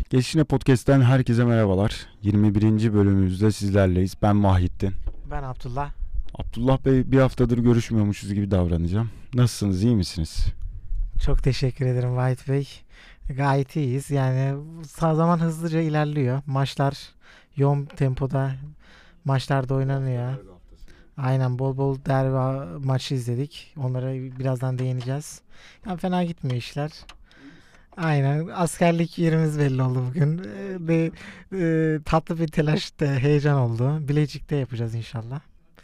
Geçişine Podcast'ten herkese merhabalar. 21. bölümümüzde sizlerleyiz. Ben Vahittin. Ben Abdullah. Abdullah Bey, bir haftadır görüşmüyormuşuz gibi davranacağım. Nasılsınız, iyi misiniz? Çok teşekkür ederim Vahit Bey. Gayet iyiyiz. Yani zaman hızlıca ilerliyor. Maçlar yoğun tempoda maçlarda oynanıyor. Aynen bol bol derbi maçı izledik. Onlara birazdan değineceğiz. Yani fena gitmiyor işler. Aynen askerlik yerimiz belli oldu bugün. Tatlı bir telaş da heyecan oldu. Bilecik'te yapacağız inşallah.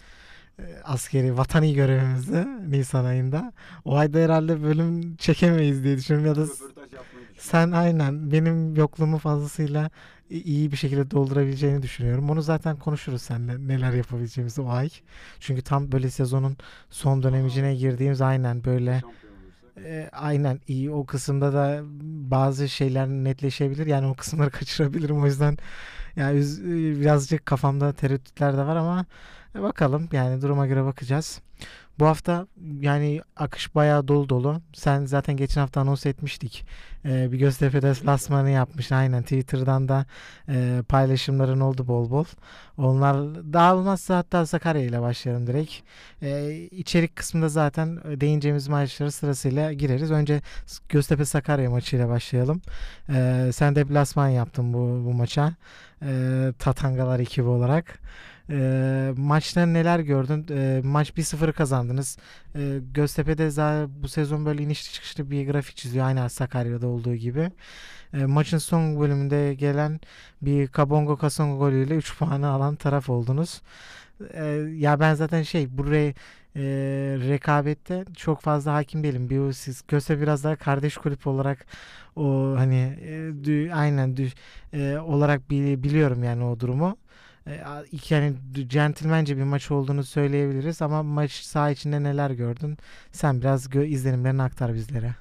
Askeri vatani görevimizi Nisan ayında. O ayda herhalde bölüm çekemeyiz diye düşünüyorum ya da sen aynen benim yokluğumu fazlasıyla iyi bir şekilde doldurabileceğini düşünüyorum. Onu zaten konuşuruz seninle neler yapabileceğimizi o ay. Çünkü tam böyle sezonun son dönemine girdiğimiz aynen böyle aynen iyi o kısımda da bazı şeyler netleşebilir. Yani o kısımları kaçırabilirim. O yüzden yani birazcık kafamda tereddütler de var ama bakalım yani duruma göre bakacağız. Bu hafta yani akış bayağı dolu dolu. Sen zaten geçen hafta anons etmiştik. Bir Göztepe deplasmanı yapmış. Aynen Twitter'dan da paylaşımların oldu bol bol. Onlar daha olmazsa hatta Sakarya ile başlayalım direkt. İçerik kısmında zaten değineceğimiz maçları sırasıyla gireriz. Önce Göztepe Sakarya maçıyla başlayalım. Sen deplasman yaptın bu maça. Tatangalar ekibi olarak. Maçta neler gördün? Maç 1-0 kazandınız. Göztepe'de zaten bu sezon böyle inişli çıkışlı bir grafik çiziyor. Aynı Sakarya'da olduğu gibi. Maçın son bölümünde gelen bir Kabongo Kasongo golüyle 3 puanı alan taraf oldunuz. Ya ben zaten buraya rekabette çok fazla hakim değilim. Siz Göztepe biraz daha kardeş kulüp olarak o hani aynen olarak biliyorum yani o durumu. Yani centilmence bir maç olduğunu söyleyebiliriz ama maç saha içinde neler gördün? Sen biraz izlenimlerini aktar bizlere.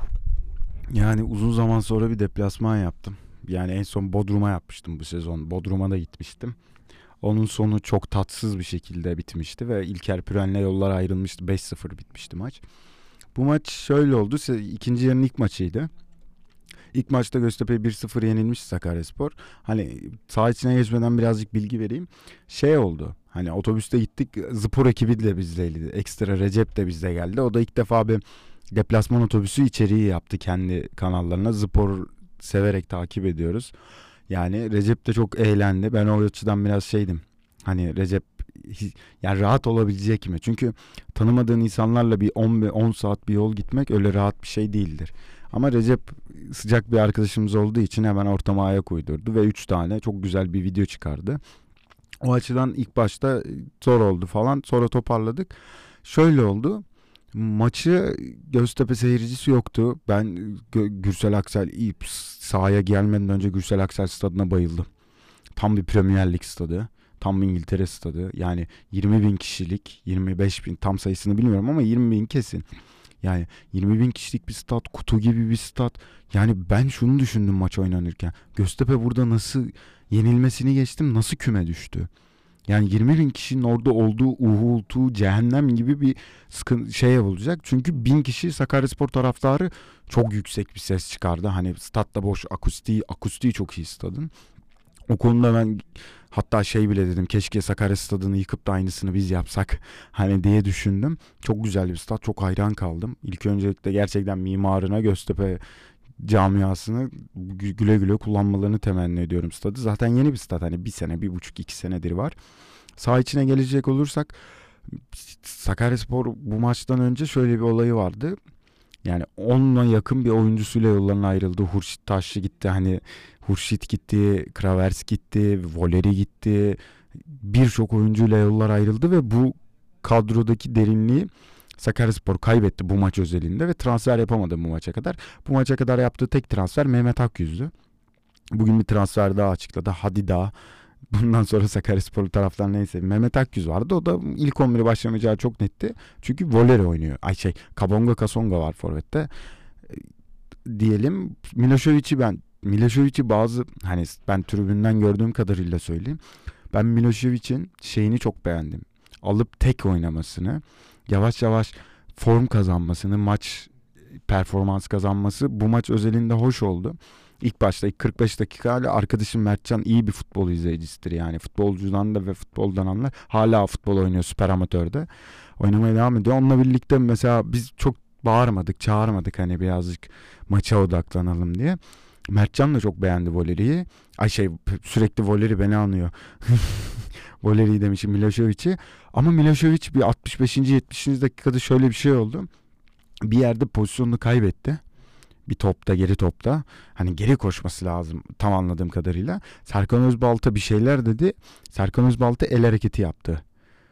Yani uzun zaman sonra bir deplasman yaptım. Yani en son Bodrum'a yapmıştım bu sezon. Bodrum'a da gitmiştim. Onun sonu çok tatsız bir şekilde bitmişti ve İlker Püren'le yollar ayrılmıştı. 5-0 bitmişti maç. Bu maç şöyle oldu. İkinci yarının ilk maçıydı. İlk maçta Göztepe 1-0 yenilmiş Sakaryaspor. Hani saha içine geçmeden birazcık bilgi vereyim. Şey oldu. Hani otobüste gittik. Spor ekibi de bizdeydi. Ekstra Recep de bizde geldi. O da ilk defa bir deplasman otobüsü içeriği yaptı kendi kanallarına. Spor severek takip ediyoruz. Yani Recep de çok eğlendi. Ben o açıdan biraz şeydim. Hani Recep yani rahat olabilecek mi? Çünkü tanımadığın insanlarla bir 10 saat bir yol gitmek öyle rahat bir şey değildir. Ama Recep sıcak bir arkadaşımız olduğu için hemen ortama ayak uydurdu ve 3 tane çok güzel bir video çıkardı. O açıdan ilk başta zor oldu falan. Sonra toparladık. Şöyle oldu. Maçı Göztepe seyircisi yoktu. Ben Gürsel Aksel sahaya gelmeden önce Gürsel Aksel stadına bayıldım. Tam bir Premier Lig stadı. Tam bir İngiltere stadı. Yani 20 bin kişilik, 25 bin tam sayısını bilmiyorum ama 20 bin kesin. Yani 20 bin kişilik bir stat, kutu gibi bir stat. Yani ben şunu düşündüm maç oynanırken. Göztepe burada nasıl yenilmesini geçtim, nasıl küme düştü? Yani 20 bin kişinin orada olduğu uğultu, cehennem gibi bir şey olacak. Çünkü 1000 kişi Sakaryaspor taraftarı çok yüksek bir ses çıkardı. Hani statta boş, akustiği çok iyi stadın. O konuda ben hatta şey bile dedim, keşke Sakarya stadını yıkıp da aynısını biz yapsak hani diye düşündüm. Çok güzel bir stat, çok hayran kaldım. İlk öncelikle gerçekten mimarına, Göztepe camiasını güle güle kullanmalarını temenni ediyorum stadı. Zaten yeni bir stat, hani bir sene, 1,5-2 senedir var. Saha içine gelecek olursak Sakaryaspor bu maçtan önce şöyle bir olayı vardı. Yani onunla yakın bir oyuncusuyla yollarına ayrıldı. Hurşit Taşçı gitti. Hani Hurşit gitti, Kravers gitti, Voleri gitti. Birçok oyuncuyla yollar ayrıldı ve bu kadrodaki derinliği Sakaryaspor kaybetti bu maç özelinde ve transfer yapamadı bu maça kadar. Bu maça kadar yaptığı tek transfer Mehmet Akyüz'dü. Bugün bir transfer daha açıkladı. Hadi daha. Bundan sonra Sakaryaspor taraftan neyse Mehmet Akyüz vardı. O da ilk 11'e başlamayacağı çok netti. Çünkü Voleri oynuyor. Kabonga Kasonga var forvette. Diyelim Milošević'i bazı hani ben tribünden gördüğüm kadarıyla söyleyeyim. Ben Milošević'in şeyini çok beğendim. Alıp tek oynamasını, yavaş yavaş form kazanmasını, maç performans kazanması bu maç özelinde hoş oldu. İlk başta ilk 45 dakika hala arkadaşım Mertcan iyi bir futbol izleyicisidir yani. Futbolcudan da ve futboldan anlar. Hala futbol oynuyor süper amatörde. Oynamaya devam ediyor. Onunla birlikte mesela biz çok bağırmadık, çağırmadık hani birazcık maça odaklanalım diye. Mertcan da çok beğendi Voleri'yi. Sürekli Voleri beni anıyor. Voleri'yi demişim, Milošević'i. Ama Milošević bir 65. 70. dakikada şöyle bir şey oldu. Bir yerde pozisyonunu kaybetti. Bir topta, geri topta. Hani geri koşması lazım tam anladığım kadarıyla. Serkan Özbalta bir şeyler dedi. Serkan Özbalta el hareketi yaptı.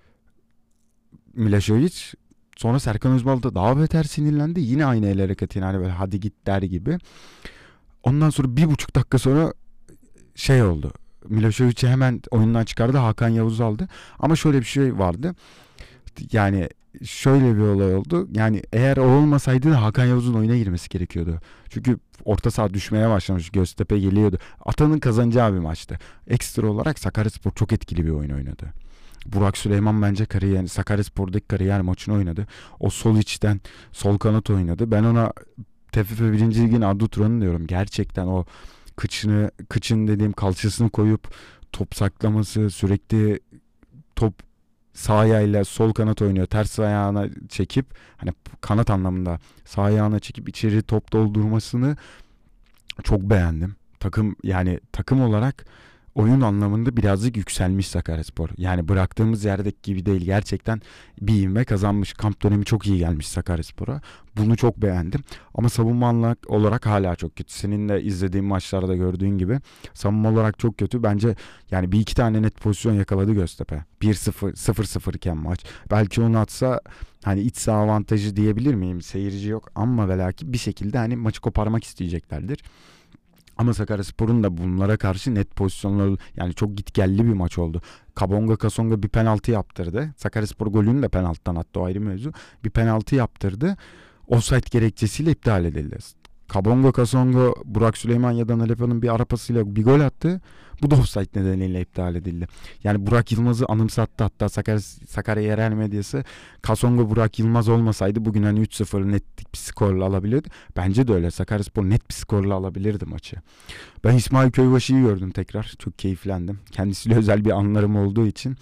Milošević sonra Serkan Özbalta daha beter sinirlendi. Yine aynı el hareketini hani böyle hadi git der gibi. Ondan sonra 1,5 dakika sonra şey oldu. Milošević'i hemen oyundan çıkardı. Hakan Yavuz aldı. Ama şöyle bir şey vardı. Yani şöyle bir olay oldu. Yani eğer o olmasaydı da Hakan Yavuz'un oyuna girmesi gerekiyordu. Çünkü orta saha düşmeye başlamış. Göztepe geliyordu. Atan'ın kazanacağı bir maçtı. Ekstra olarak Sakaryaspor çok etkili bir oyun oynadı. Burak Süleyman bence Sakaryaspor'daki kariyer maçını oynadı. O sol içten sol kanat oynadı. Ben ona TFF 1. Lig'in Arda Turan'ı diyorum. Gerçekten o kıçın dediğim kalçasını koyup top saklaması, sürekli top sağ ayağıyla sol kanat oynuyor. Ters ayağına çekip hani kanat anlamında sağ ayağına çekip içeri top doldurmasını çok beğendim. Takım olarak oyun anlamında birazcık yükselmiş Sakaryaspor. Yani bıraktığımız yerdeki gibi değil. Gerçekten bir ivme kazanmış. Kamp dönemi çok iyi gelmiş Sakaryaspor'a. Bunu çok beğendim. Ama savunma olarak hala çok kötü. Senin de izlediğin maçlarda gördüğün gibi savunma olarak çok kötü. Bence yani bir iki tane net pozisyon yakaladı Göztepe. 1-0, 0-0 iken maç. Belki onu atsa hani iç saha avantajı diyebilir miyim? Seyirci yok ama belki bir şekilde hani maçı koparmak isteyeceklerdir. Ama Sakaryaspor'un da bunlara karşı net pozisyonları yani çok gitgelli bir maç oldu. Kabonga Kasonga bir penaltı yaptırdı. Sakaryaspor golünü de penaltıdan attı, o ayrı mevzu. Bir penaltı yaptırdı. Offside gerekçesiyle iptal edildi. Kabonga Kasonga Burak Süleyman ya da Nalepa'nın bir arapasıyla bir gol attı. Bu da offside nedeniyle iptal edildi. Yani Burak Yılmaz'ı anımsattı, hatta Sakarya yerel medyası Kasonga Burak Yılmaz olmasaydı bugün hani 3-0 netlik bir skorla alabilirdi. Bence de öyle. Sakaryaspor net bir skorla alabilirdi maçı. Ben İsmail Köybaşı'yı gördüm tekrar. Çok keyiflendim. Kendisiyle özel bir anılarım olduğu için.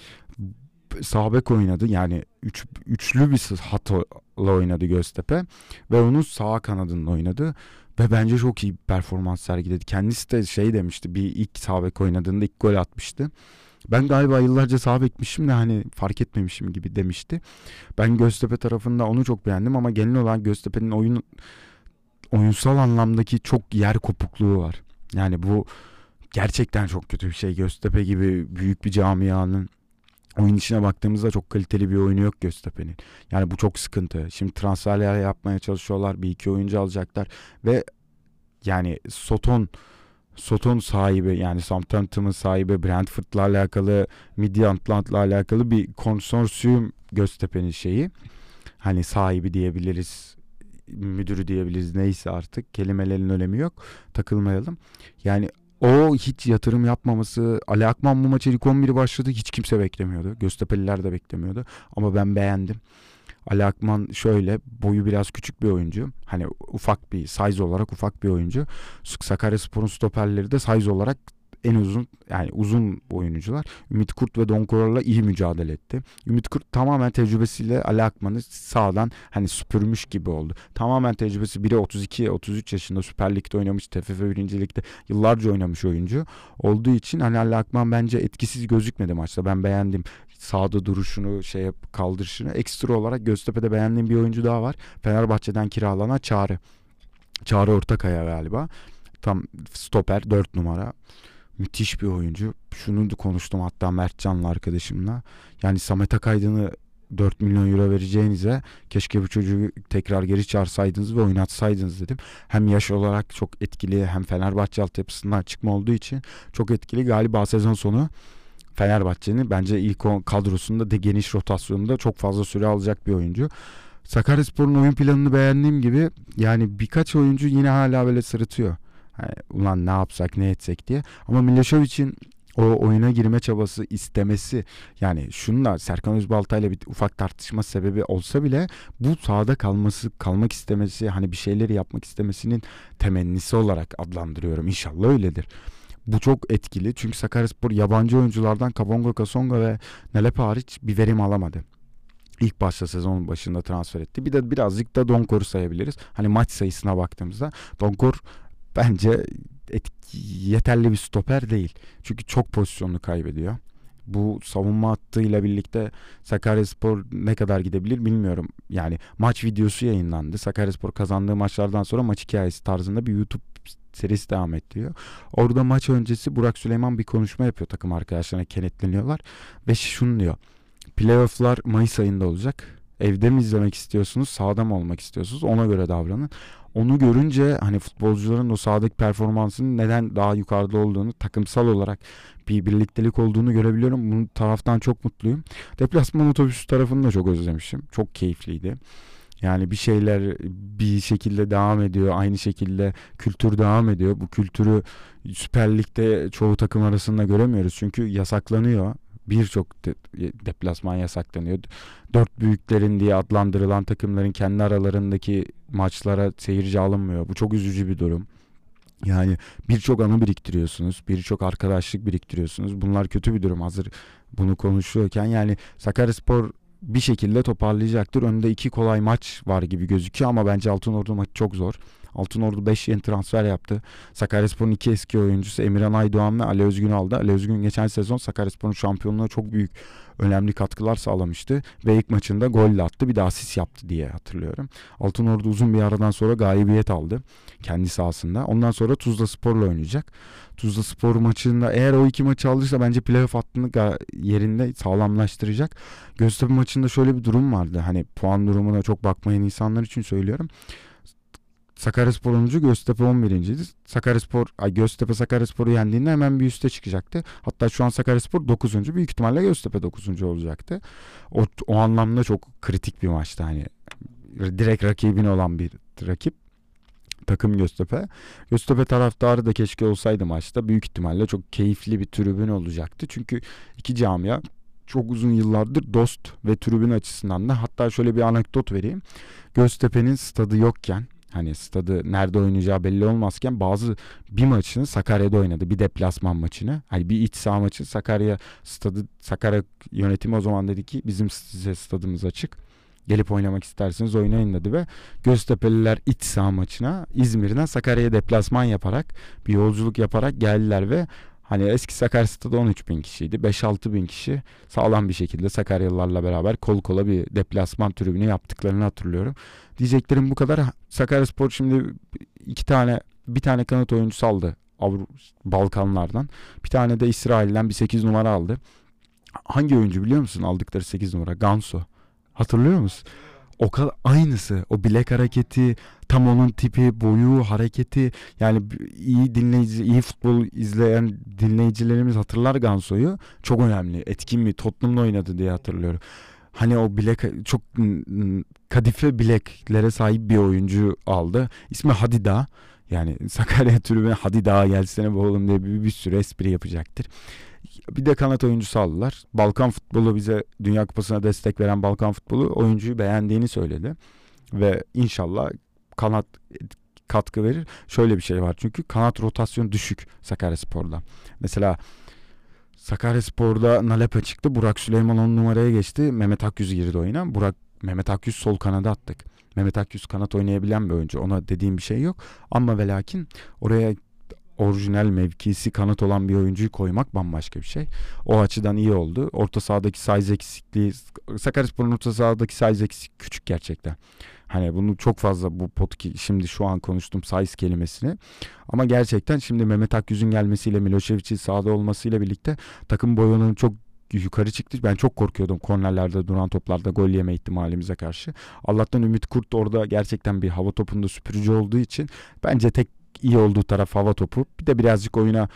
Sağ bek oynadı. Yani üçlü bir hatla oynadı Göztepe. Ve onun sağ kanadında oynadı. Ve bence çok iyi bir performans sergiledi. Kendisi de şey demişti. Bir ilk sağ bek oynadığında ilk gol atmıştı. Ben galiba yıllarca sağ bekmişim de hani fark etmemişim gibi demişti. Ben Göztepe tarafında onu çok beğendim ama genel olarak Göztepe'nin oyunsal anlamdaki çok yer kopukluğu var. Yani bu gerçekten çok kötü bir şey. Göztepe gibi büyük bir camianın oyun içine baktığımızda çok kaliteli bir oyunu yok Göztepe'nin. Yani bu çok sıkıntı. Şimdi transferler yapmaya çalışıyorlar. Bir iki oyuncu alacaklar. Ve yani Soton sahibi yani Southampton'ın sahibi Brentford'la alakalı, Midtjylland'la alakalı bir konsorsiyum Göztepe'nin şeyi. Hani sahibi diyebiliriz, müdürü diyebiliriz, neyse artık kelimelerin önemi yok. Takılmayalım. Yani o hiç yatırım yapmaması, Ali Akman bu maça ilk 11 başladı. Hiç kimse beklemiyordu. Göztepe'liler de beklemiyordu. Ama ben beğendim. Ali Akman şöyle, boyu biraz küçük bir oyuncu. Hani size olarak ufak bir oyuncu. Sakaryaspor'un stoperleri de size olarak en uzun, yani uzun oyuncular. Ümit Kurt ve Don Koral'la iyi mücadele etti. Ümit Kurt tamamen tecrübesiyle Ali Akman'ı sağdan hani süpürmüş gibi oldu. Tamamen tecrübesi, biri 32-33 yaşında Süper Lig'de oynamış, TFF 1. Lig'de yıllarca oynamış oyuncu olduğu için hani Ali Akman bence etkisiz gözükmedi maçta. Ben beğendim. Sağda duruşunu, kaldırışını. Ekstra olarak Göztepe'de beğendiğim bir oyuncu daha var. Fenerbahçe'den kiralanan Çağrı. Çağrı Ortakaya galiba. Tam stoper 4 numara. Müthiş bir oyuncu. Şunu da konuştum hatta Mertcan'la arkadaşımla. Yani Samet Akaydın'ı 4 milyon euro vereceğinize keşke bu çocuğu tekrar geri çağırsaydınız ve oynatsaydınız dedim. Hem yaş olarak çok etkili, hem Fenerbahçe altyapısından çıkma olduğu için çok etkili. Galiba sezon sonu Fenerbahçe'nin bence ilk 10 kadrosunda da geniş rotasyonunda çok fazla süre alacak bir oyuncu. Sakaryaspor'un oyun planını beğendiğim gibi yani birkaç oyuncu yine hala böyle sırıtıyor. Yani, ulan ne yapsak ne etsek diye. Ama Milošević'in O oyuna girme çabası, istemesi, yani şunla Serkan Özbaltay'la bir ufak tartışma sebebi olsa bile bu sahada kalmak istemesi, hani bir şeyleri yapmak istemesinin temennisi olarak adlandırıyorum. İnşallah öyledir. Bu çok etkili çünkü Sakaryaspor yabancı oyunculardan Kabongo Kasonga ve Nalepa hariç bir verim alamadı. İlk başta sezonun başında transfer etti. Bir de birazcık da Donkor'u sayabiliriz. Hani maç sayısına baktığımızda Donkor bence yeterli bir stoper değil. Çünkü çok pozisyonunu kaybediyor. Bu savunma hattıyla birlikte Sakaryaspor ne kadar gidebilir bilmiyorum. Yani maç videosu yayınlandı. Sakaryaspor kazandığı maçlardan sonra maç hikayesi tarzında bir YouTube serisi devam ediyor. Orada maç öncesi Burak Süleyman bir konuşma yapıyor, takım arkadaşlarına kenetleniyorlar ve şunu diyor: playoff'lar Mayıs ayında olacak. Evde mi izlemek istiyorsunuz, sahada mı olmak istiyorsunuz? Ona göre davranın. Onu görünce hani futbolcuların o sahadaki performansının neden daha yukarıda olduğunu, takımsal olarak bir birliktelik olduğunu görebiliyorum. Bunun taraftan çok mutluyum. Deplasman otobüsü tarafını da çok özlemişim. Çok keyifliydi. Yani bir şeyler bir şekilde devam ediyor. Aynı şekilde kültür devam ediyor. Bu kültürü Süper Lig'de çoğu takım arasında göremiyoruz. Çünkü yasaklanıyor. Birçok deplasman yasaklanıyor. Dört büyüklerin diye adlandırılan takımların kendi aralarındaki maçlara seyirci alınmıyor. Bu çok üzücü bir durum. Yani birçok anı biriktiriyorsunuz. Birçok arkadaşlık biriktiriyorsunuz. Bunlar kötü bir durum. Hazır bunu konuşuyorken yani Sakaryaspor bir şekilde toparlayacaktır. Önünde iki kolay maç var gibi gözüküyor ama bence Altınordu maçı çok zor. Altınordu 5 yeni transfer yaptı. Sakaryaspor'un iki eski oyuncusu Emirhan Aydoğan ve Ali Özgün aldı. Ali Özgün geçen sezon Sakaryaspor'un şampiyonluğuna çok büyük önemli katkılar sağlamıştı. Ve ilk maçında gol attı, bir de asist yaptı diye hatırlıyorum. Altınordu uzun bir aradan sonra galibiyet aldı kendi sahasında. Ondan sonra Tuzlaspor'la oynayacak. Tuzlaspor maçında eğer o iki maçı alırsa bence playoff hattını yerinde sağlamlaştıracak. Göztepe maçında şöyle bir durum vardı. Hani puan durumuna çok bakmayan insanlar için söylüyorum. Sakaryaspor 10. Göztepe 11.'ydi. Göztepe Sakaryaspor'u yendiğinde hemen bir üste çıkacaktı. Hatta şu an Sakaryaspor 9. Büyük ihtimalle Göztepe 9. olacaktı. O anlamda çok kritik bir maçtı. Hani direkt rakibin olan bir rakip. Takım Göztepe. Göztepe taraftarı da keşke olsaydı maçta. Büyük ihtimalle çok keyifli bir tribün olacaktı. Çünkü iki camia çok uzun yıllardır dost ve tribün açısından da, hatta şöyle bir anekdot vereyim. Göztepe'nin stadı yokken, hani stadı nerede oynayacağı belli olmazken bir maçını Sakarya'da oynadı. Bir deplasman maçını. Hani bir iç saha maçı Sakarya yönetimi o zaman dedi ki bizim size stadımız açık. Gelip oynamak isterseniz oynayın dedi ve Göztepe'liler iç saha maçına İzmir'den Sakarya'ya deplasman yaparak, bir yolculuk yaparak geldiler ve hani eski Sakarya stadı 13 bin kişiydi. 5-6 bin kişi sağlam bir şekilde Sakaryalılarla beraber kol kola bir deplasman tribünü yaptıklarını hatırlıyorum. Diyeceklerim bu kadar. Sakaryaspor şimdi bir tane kanat oyuncusu aldı Balkanlardan. Bir tane de İsrail'den bir 8 numara aldı. Hangi oyuncu biliyor musun aldıkları 8 numara? Ganso. Hatırlıyor musun? O kadar aynısı. O bilek hareketi, tam onun tipi, boyu, hareketi. Yani iyi futbol izleyen dinleyicilerimiz hatırlar Ganso'yu. Çok önemli. Etkin bir Tottenham'da oynadı diye hatırlıyorum. Hani o çok kadife bileklere sahip bir oyuncu aldı. İsmi Hadida. Yani Sakarya tribüne hadi daha gelsene be oğlum diye bir sürü espri yapacaktır. Bir de kanat oyuncusu aldılar. Balkan futbolu, bize Dünya Kupası'na destek veren Balkan futbolu oyuncuyu beğendiğini söyledi. Ve inşallah kanat katkı verir. Şöyle bir şey var çünkü kanat rotasyonu düşük Sakaryaspor'da. Mesela Sakaryaspor'da Nalepa çıktı. Burak Süleyman 10 numaraya geçti. Mehmet Akyüz girdi oyuna. Mehmet Akyüz sol kanada attık. Mehmet Akyüz kanat oynayabilen bir oyuncu. Ona dediğim bir şey yok. Ama ve lakin oraya orijinal mevkisi kanat olan bir oyuncuyu koymak bambaşka bir şey. O açıdan iyi oldu. Orta sahadaki size eksikliği, Sakaryaspor'un orta sahadaki size eksik küçük gerçekten. Hani bunu çok fazla şimdi şu an konuştuğum size kelimesini. Ama gerçekten şimdi Mehmet Akyüz'ün gelmesiyle, Milošević'in sahada olmasıyla birlikte takım boyunun çok yukarı çıktı. Ben çok korkuyordum kornerlerde, duran toplarda gol yeme ihtimalimize karşı. Allah'tan Ümit Kurt orada gerçekten bir hava topunda süpürücü olduğu için bence tek iyi olduğu taraf hava topu. Bir de birazcık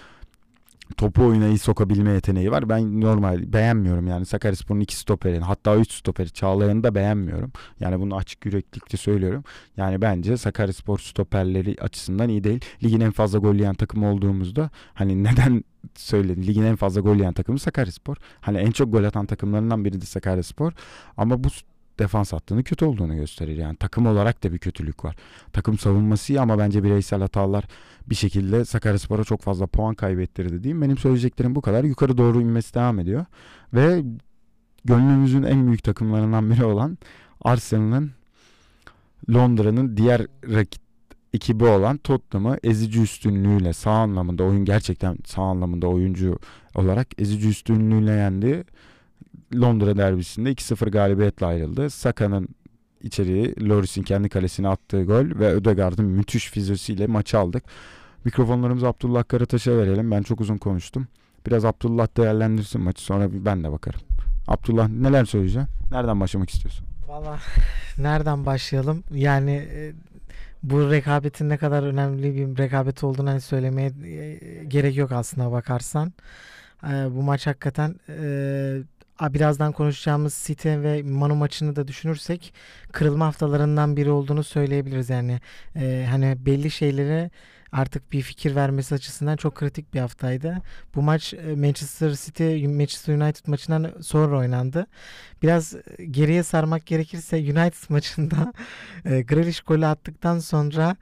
topu oyuna iyi sokabilme yeteneği var. Ben normal beğenmiyorum yani Sakaryaspor'un 2 stoperini, hatta 3 stoperi, Çağlayan'ı da beğenmiyorum. Yani bunu açık yüreklilikle söylüyorum. Yani bence Sakaryaspor stoperleri açısından iyi değil. Ligin en fazla gol yiyen takımı olduğumuzda hani neden söyledim. Ligin en fazla gol yiyen takımı Sakaryaspor. Hani en çok gol atan takımlarından biri de Sakaryaspor. Ama bu defans hattının kötü olduğunu gösterir. Yani takım olarak da bir kötülük var. Takım savunması iyi ama bence bireysel hatalar bir şekilde Sakaryaspor'a çok fazla puan kaybettirdi diyeyim. Benim söyleyeceklerim bu kadar. Yukarı doğru inmesi devam ediyor. Ve gönlümüzün en büyük takımlarından biri olan Arsenal'ın Londra'nın diğer rakip ekibi olan Tottenham'ı ezici üstünlüğüyle sağ anlamında oyun gerçekten sağ anlamında oyuncu olarak ezici üstünlüğüyle yendi. Londra derbisinde 2-0 galibiyetle ayrıldı. Saka'nın içeriği Lloris'in kendi kalesine attığı gol ve Ödegaard'ın müthiş fizyosiyle maçı aldık. Mikrofonlarımızı Abdullah Karataş'a verelim. Ben çok uzun konuştum. Biraz Abdullah değerlendirsin maçı, sonra ben de bakarım. Abdullah, neler söyleyeceksin? Nereden başlamak istiyorsun? Valla nereden başlayalım? Yani bu rekabetin ne kadar önemli bir rekabet olduğunu hani söylemeye gerek yok aslında bakarsan. Bu maç hakikaten birazdan konuşacağımız City ve Manu maçını da düşünürsek kırılma haftalarından biri olduğunu söyleyebiliriz. Yani hani belli şeylere artık bir fikir vermesi açısından çok kritik bir haftaydı. Bu maç Manchester City Manchester United maçından sonra oynandı. Biraz geriye sarmak gerekirse United maçında Grealish golü attıktan sonra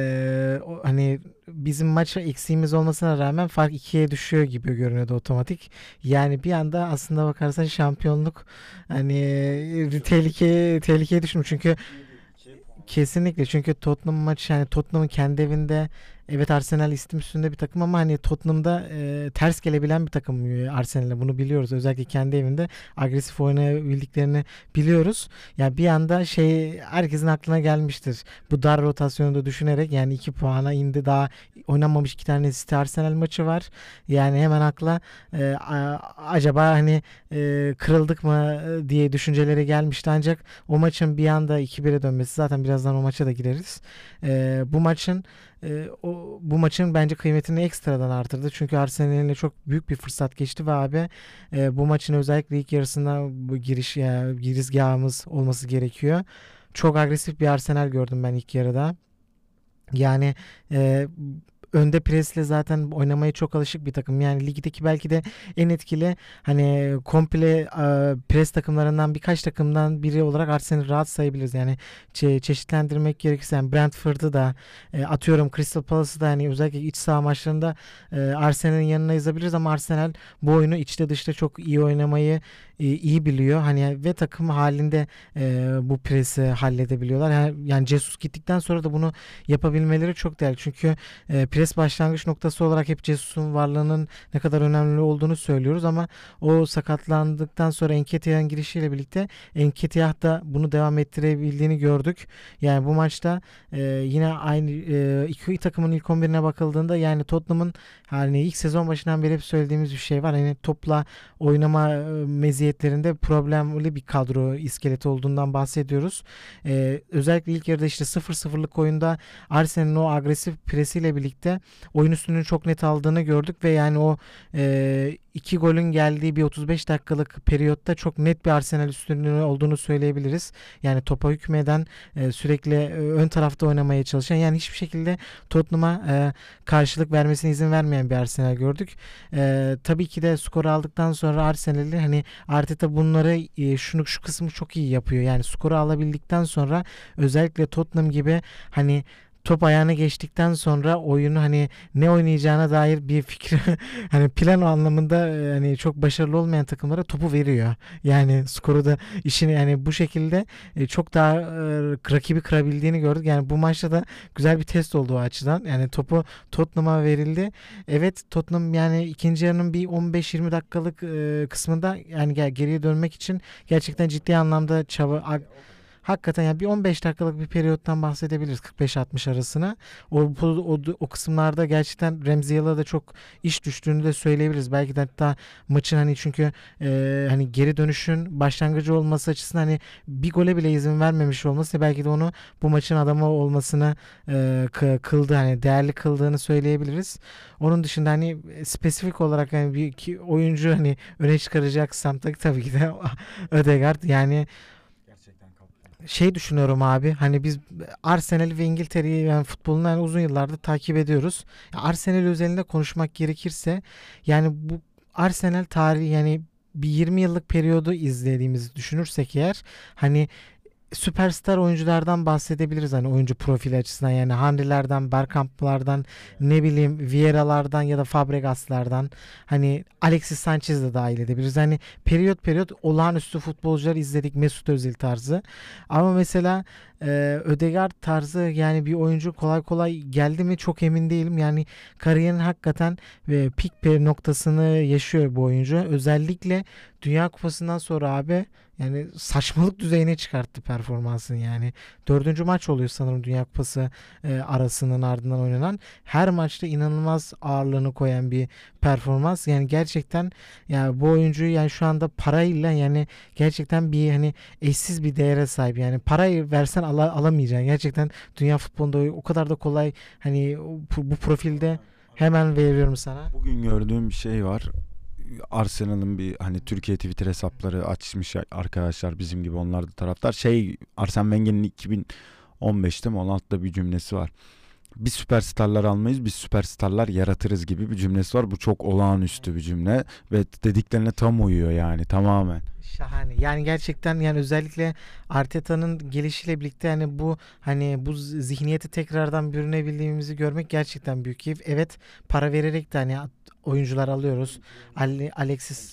hani bizim maça eksiğimiz olmasına rağmen fark 2'ye düşüyor gibi görünüyordu otomatik. Yani bir anda aslında bakarsan şampiyonluk hani tehlikeye düşmüş. Çünkü kesinlikle, çünkü Tottenham maçı, yani Tottenham'ın kendi evinde, evet Arsenal istim üstünde bir takım ama hani Tottenham'da ters gelebilen bir takım Arsenal'e, bunu biliyoruz. Özellikle kendi evinde agresif oynayabildiklerini biliyoruz. Yani bir anda herkesin aklına gelmiştir. Bu dar rotasyonu da düşünerek yani 2 puana indi, daha oynanmamış 2 tane City Arsenal maçı var. Yani hemen akla acaba hani kırıldık mı diye düşünceleri gelmişti, ancak o maçın bir anda 2-1'e dönmesi, zaten birazdan o maça da gireriz. Bu maçın bu maçın bence kıymetini ekstradan artırdı. Çünkü Arsenal'in eline çok büyük bir fırsat geçti ve abi bu maçın özellikle ilk yarısında bu girizgahımız olması gerekiyor. Çok agresif bir Arsenal gördüm ben ilk yarıda. Yani önde presle zaten oynamaya çok alışık bir takım. Yani ligdeki belki de en etkili hani komple pres takımlarından birkaç takımdan biri olarak Arsenal'i rahat sayabiliriz. Yani çeşitlendirmek gerekirse yani Brentford'u da atıyorum Crystal Palace'ı da hani özellikle iç saha maçlarında Arsenal'in yanına yazabiliriz ama Arsenal bu oyunu içte dışta çok iyi oynamayı iyi biliyor. Hani ve takım halinde bu presi halledebiliyorlar. Yani Jesus gittikten sonra da bunu yapabilmeleri çok değerli. Çünkü pres başlangıç noktası olarak hep Jesus'un varlığının ne kadar önemli olduğunu söylüyoruz ama o sakatlandıktan sonra Nketiah'ın girişiyle birlikte Nketiah da bunu devam ettirebildiğini gördük. Yani bu maçta yine aynı iki takımın ilk 11'ine bakıldığında yani Tottenham'ın hani ilk sezon başından beri hep söylediğimiz bir şey var. Hani topla oynama meziyetlerinde problemli bir kadro iskeleti olduğundan bahsediyoruz. Özellikle ilk yarıda işte 0-0'lık oyunda Arsenal'in o agresif presiyle birlikte oyun üstünlüğünü çok net aldığını gördük ve yani o 2 golün geldiği bir 35 dakikalık periyotta çok net bir Arsenal üstünlüğü olduğunu söyleyebiliriz. Yani topa hükmeden sürekli ön tarafta oynamaya çalışan, yani hiçbir şekilde Tottenham'a karşılık vermesine izin vermeyen bir Arsenal gördük. Tabii ki de skoru aldıktan sonra Arsenal'in hani Arteta bunları şu kısmı çok iyi yapıyor. Yani skoru alabildikten sonra özellikle Tottenham gibi hani top ayağına geçtikten sonra oyunu hani ne oynayacağına dair bir fikri hani plan anlamında hani çok başarılı olmayan takımlara topu veriyor. Yani skoru da işini yani bu şekilde çok daha rakibi kırabildiğini gördük. Yani bu maçta da güzel bir test oldu o açıdan. Yani topu Tottenham'a verildi. Evet, Tottenham yani ikinci yarının bir 15-20 dakikalık kısmında yani geriye dönmek için gerçekten ciddi anlamda hakikaten yani bir 15 dakikalık bir periyottan bahsedebiliriz, 45-60 arasına. O kısımlarda gerçekten Ramsdale'a da çok iş düştüğünü de söyleyebiliriz. Belki de hatta maçın hani çünkü hani geri dönüşün başlangıcı olması açısından hani bir gole bile izin vermemiş olması belki de onu bu maçın adamı olmasını kıldı, hani değerli kıldığını söyleyebiliriz. Onun dışında hani spesifik olarak hani bir iki oyuncu hani öne çıkaracaksam tabii ki de Ödegaard, yani Şey düşünüyorum abi, hani biz Arsenal ve İngiltere'yi, yani futbolunu yani uzun yıllardır takip ediyoruz. Ya Arsenal özelinde konuşmak gerekirse, yani bu Arsenal tarihi, yani bir 20 yıllık periyodu izlediğimizi düşünürsek eğer, hani süperstar oyunculardan bahsedebiliriz, hani oyuncu profili açısından, yani Henry'lerden, Bergkamp'lardan, ne bileyim Vieira'lardan ya da Fabregas'lardan, hani Alexis Sanchez de dahil edebiliriz. Hani periyot periyot olağanüstü futbolcular izledik, Mesut Özil tarzı. Ama mesela Ödegaard tarzı yani bir oyuncu kolay kolay geldi mi çok emin değilim. Yani kariyerin hakikaten peak bir noktasını yaşıyor bu oyuncu. Özellikle Dünya Kupası'ndan sonra abi, yani saçmalık düzeyine çıkarttı performansını yani. Dördüncü maç oluyor sanırım Dünya Kupası arasının ardından oynanan. Her maçta inanılmaz ağırlığını koyan bir performans. Yani gerçekten, yani bu oyuncuyu yani şu anda parayla, yani gerçekten bir hani eşsiz bir değere sahip. Yani parayı versen alamayacaksın. Gerçekten dünya futbolunda o kadar da kolay, hani bu profilde hemen veriyorum sana. Bugün gördüğüm bir şey var. Arsenal'ın bir hani Türkiye Twitter hesapları açmış arkadaşlar bizim gibi, onlar da taraftar. Arsene Wenger'in 2015'te mi 16'da bir cümlesi var. Biz süperstarlar almayız, biz süperstarlar yaratırız gibi bir cümlesi var. Bu çok olağanüstü bir cümle ve dediklerine tam uyuyor yani, tamamen. Şahane. Yani gerçekten, yani özellikle Arteta'nın gelişiyle birlikte, yani bu hani bu zihniyeti tekrardan bürünebildiğimizi görmek gerçekten büyük keyif. Evet, para vererek de hani oyuncular alıyoruz. Alexis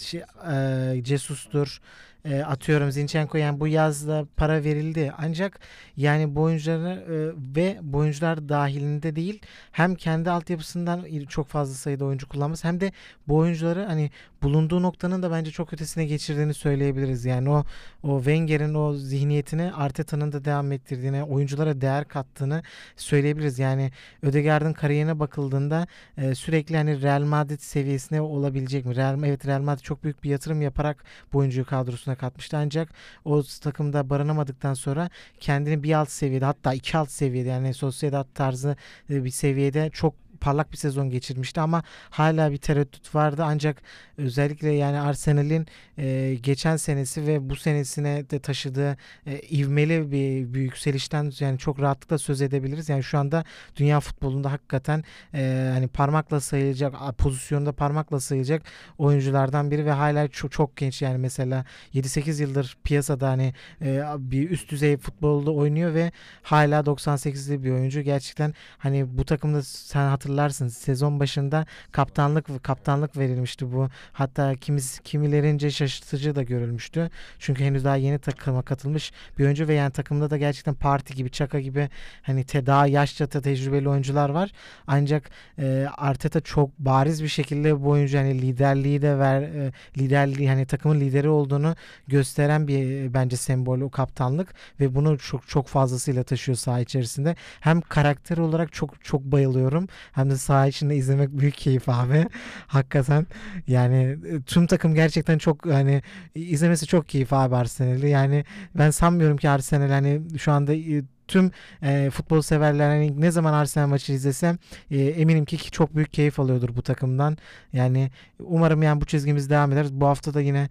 Jesus'tur. Atıyorum Zinchenko, yani bu yazda para verildi. Ancak yani bu oyunculara ve bu oyuncular dahilinde değil, hem kendi altyapısından çok fazla sayıda oyuncu kullanması, hem de bu oyuncuları hani bulunduğu noktanın da bence çok ötesine geçirdiğini söyleyebiliriz. Yani o Wenger'in o zihniyetini Arteta'nın da devam ettirdiğini, oyunculara değer kattığını söyleyebiliriz. Yani Ödegaard'ın kariyerine bakıldığında sürekli hani Real Madrid seviyesine olabilecek mi? Real Madrid çok büyük bir yatırım yaparak bu oyuncuyu kadrosuna katmıştı. Ancak o takımda barınamadıktan sonra kendini bir alt seviyede, hatta iki alt seviyede, yani Sociedad tarzı bir seviyede çok parlak bir sezon geçirmişti, ama hala bir tereddüt vardı. Ancak özellikle yani Arsenal'in geçen senesi ve bu senesine de taşıdığı ivmeli bir yükselişten yani çok rahatlıkla söz edebiliriz. Yani şu anda dünya futbolunda hakikaten hani parmakla sayılacak, pozisyonda parmakla sayılacak oyunculardan biri ve hala çok, çok genç. Yani mesela 7-8 yıldır piyasada, hani bir üst düzey futbolda oynuyor ve hala 98'li bir oyuncu. Gerçekten hani bu takımda sen hatırlarsın, sezon başında kaptanlık verilmişti bu. Hatta kimilerince şaşırtıcı da görülmüştü. Çünkü henüz daha yeni takıma katılmış bir oyuncu ve yani takımda da gerçekten Parti gibi, Çaka gibi hani daha yaşça tecrübeli oyuncular var. Ancak Arteta çok bariz bir şekilde bu oyuncu hani liderliği de liderliği, hani takımın lideri olduğunu gösteren bir bence sembol o kaptanlık ve bunu çok çok fazlasıyla taşıyor saha içerisinde. Hem karakter olarak çok çok bayılıyorum, hem de saha içinde izlemek büyük keyif abi. Hakikaten yani tüm takım gerçekten çok, hani izlemesi çok keyif abi Arsenal'i. Yani ben sanmıyorum ki Arsenal hani şu anda tüm futbol severler hani ne zaman Arsenal maçı izlesem eminim ki çok büyük keyif alıyordur bu takımdan. Yani umarım yani bu çizgimiz devam eder. Bu hafta da yine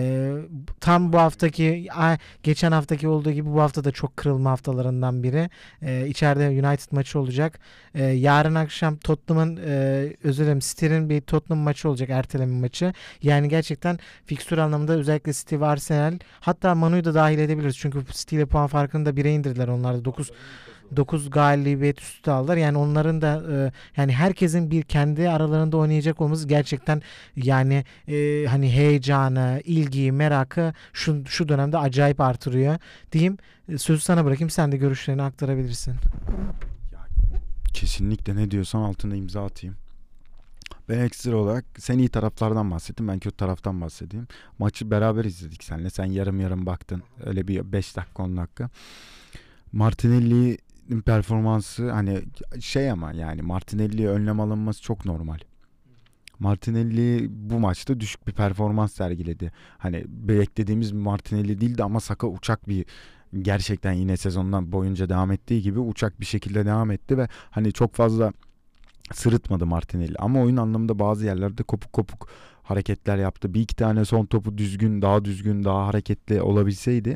tam bu haftaki geçen haftaki olduğu gibi bu hafta da çok kırılma haftalarından biri. İçeride United maçı olacak. Yarın akşam Tottenham'ın özür dilerim, City'nin bir Tottenham maçı olacak, erteleme maçı. Yani gerçekten fikstür anlamında özellikle City ve Arsenal, hatta Manu'yu da dahil edebiliriz. Çünkü City ile puan farkını da 1'e indirdiler. Onlar da 9 galibiyet üstü aldılar. Yani onların da yani herkesin bir kendi aralarında oynayacak olması gerçekten yani hani heyecanı, ilgiyi, merakı şu dönemde acayip artırıyor diyeyim. Sözü sana bırakayım. Sen de görüşlerini aktarabilirsin. Ya, kesinlikle ne diyorsan altına imza atayım. Ben ekstra olarak sen iyi taraflardan bahsettim, ben kötü taraftan bahsedeyim. Maçı beraber izledik seninle. Sen yarım yarım baktın. Öyle bir 5 dakika 10 dakika. Martinelli'nin performansı hani ama yani Martinelli'ye önlem alınması çok normal. Martinelli bu maçta düşük bir performans sergiledi. Hani beklediğimiz Martinelli değildi ama Saka uçak bir, gerçekten yine sezondan boyunca devam ettiği gibi uçak bir şekilde devam etti ve hani çok fazla sırıtmadı Martinelli. Ama oyun anlamında bazı yerlerde kopuk kopuk hareketler yaptı. Bir iki tane son topu düzgün, daha hareketli olabilseydi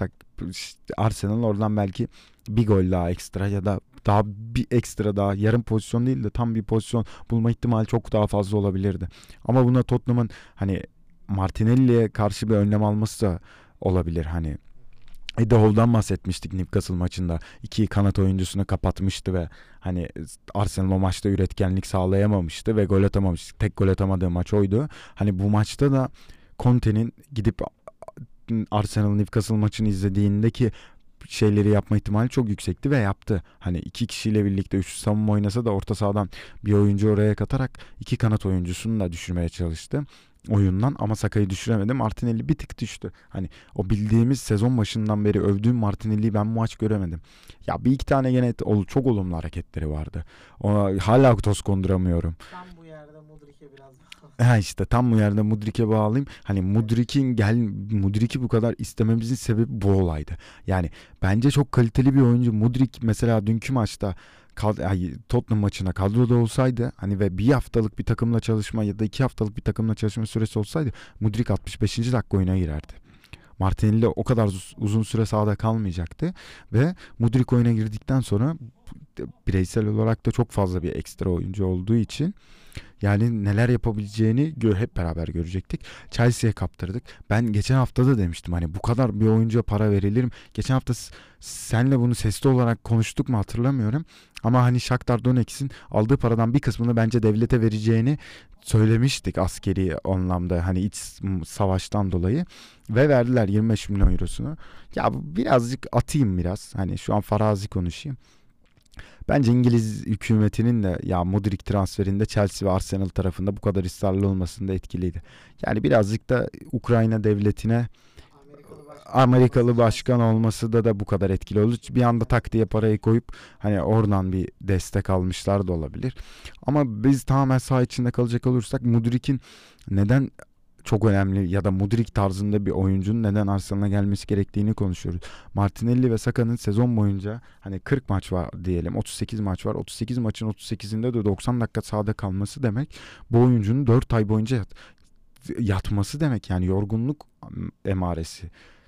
Arsenal oradan belki bir gol daha ekstra ya da daha bir ekstra daha yarım pozisyon değil de tam bir pozisyon bulma ihtimali çok daha fazla olabilirdi. Ama buna Tottenham'ın hani Martinelli'ye karşı bir önlem alması da olabilir. Hani Eddie Howe'dan bahsetmiştik Newcastle maçında. İki kanat oyuncusunu kapatmıştı ve hani Arsenal o maçta üretkenlik sağlayamamıştı ve gol atamamıştı. Tek gol atamadığı maç oydu. Hani bu maçta da Conte'nin gidip Arsenal Newcastle maçını izlediğindeki şeyleri yapma ihtimali çok yüksekti ve yaptı. Hani iki kişiyle birlikte üçlü savunma oynasa da orta sahadan bir oyuncu oraya katarak iki kanat oyuncusunu da düşürmeye çalıştı oyundan, ama Saka'yı düşüremedi. Martinelli bir tık düştü. Hani o bildiğimiz sezon başından beri övdüğüm Martinelli'yi ben bu maç göremedim. Ya bir iki tane gene çok olumlu hareketleri vardı. Ona hala toz konduramıyorum. Tam bu yerde Mudrik'e biraz Ha işte tam bu yerde Mudrik'e bağlayayım. Hani Mudrik'i bu kadar istememizin sebebi bu olaydı. Yani bence çok kaliteli bir oyuncu. Mudrik mesela dünkü maçta Tottenham maçına kadroda olsaydı hani ve bir haftalık bir takımla çalışma ya da 2 haftalık bir takımla çalışma süresi olsaydı Mudrik 65. dakika oyuna girerdi. Martinelli o kadar uzun süre sahada kalmayacaktı ve Mudrik oyuna girdikten sonra bireysel olarak da çok fazla bir ekstra oyuncu olduğu için yani neler yapabileceğini hep beraber görecektik. Chelsea'ye kaptırdık. Ben geçen hafta da demiştim hani bu kadar bir oyuncuya para verilir mi? Geçen hafta senle bunu sesli olarak konuştuk mu hatırlamıyorum. Ama hani Shakhtar Donetsk'in aldığı paradan bir kısmını bence devlete vereceğini söylemiştik askeri anlamda, hani iç savaştan dolayı, ve verdiler 25 milyon eurosunu. Ya birazcık atayım biraz. Hani şu an farazi konuşayım. Bence İngiliz hükümetinin de ya Mudrik transferinde Chelsea ve Arsenal tarafında bu kadar ısrarlı olmasında etkiliydi. Yani birazcık da Ukrayna devletine Amerikalı başkan olması da bu kadar etkili oldu. Bir anda tak diye parayı koyup hani oradan bir destek almışlar da olabilir. Ama biz tamamen saha içinde kalacak olursak Mudrik'in neden çok önemli ya da Mudrik tarzında bir oyuncunun neden Arsenal'a gelmesi gerektiğini konuşuyoruz. Martinelli ve Saka'nın sezon boyunca hani 40 maç var diyelim, 38 maç var. 38 maçın 38'inde de 90 dakika sahada kalması demek bu oyuncunun 4 ay boyunca yatması demek, yani yorgunluk emaresi.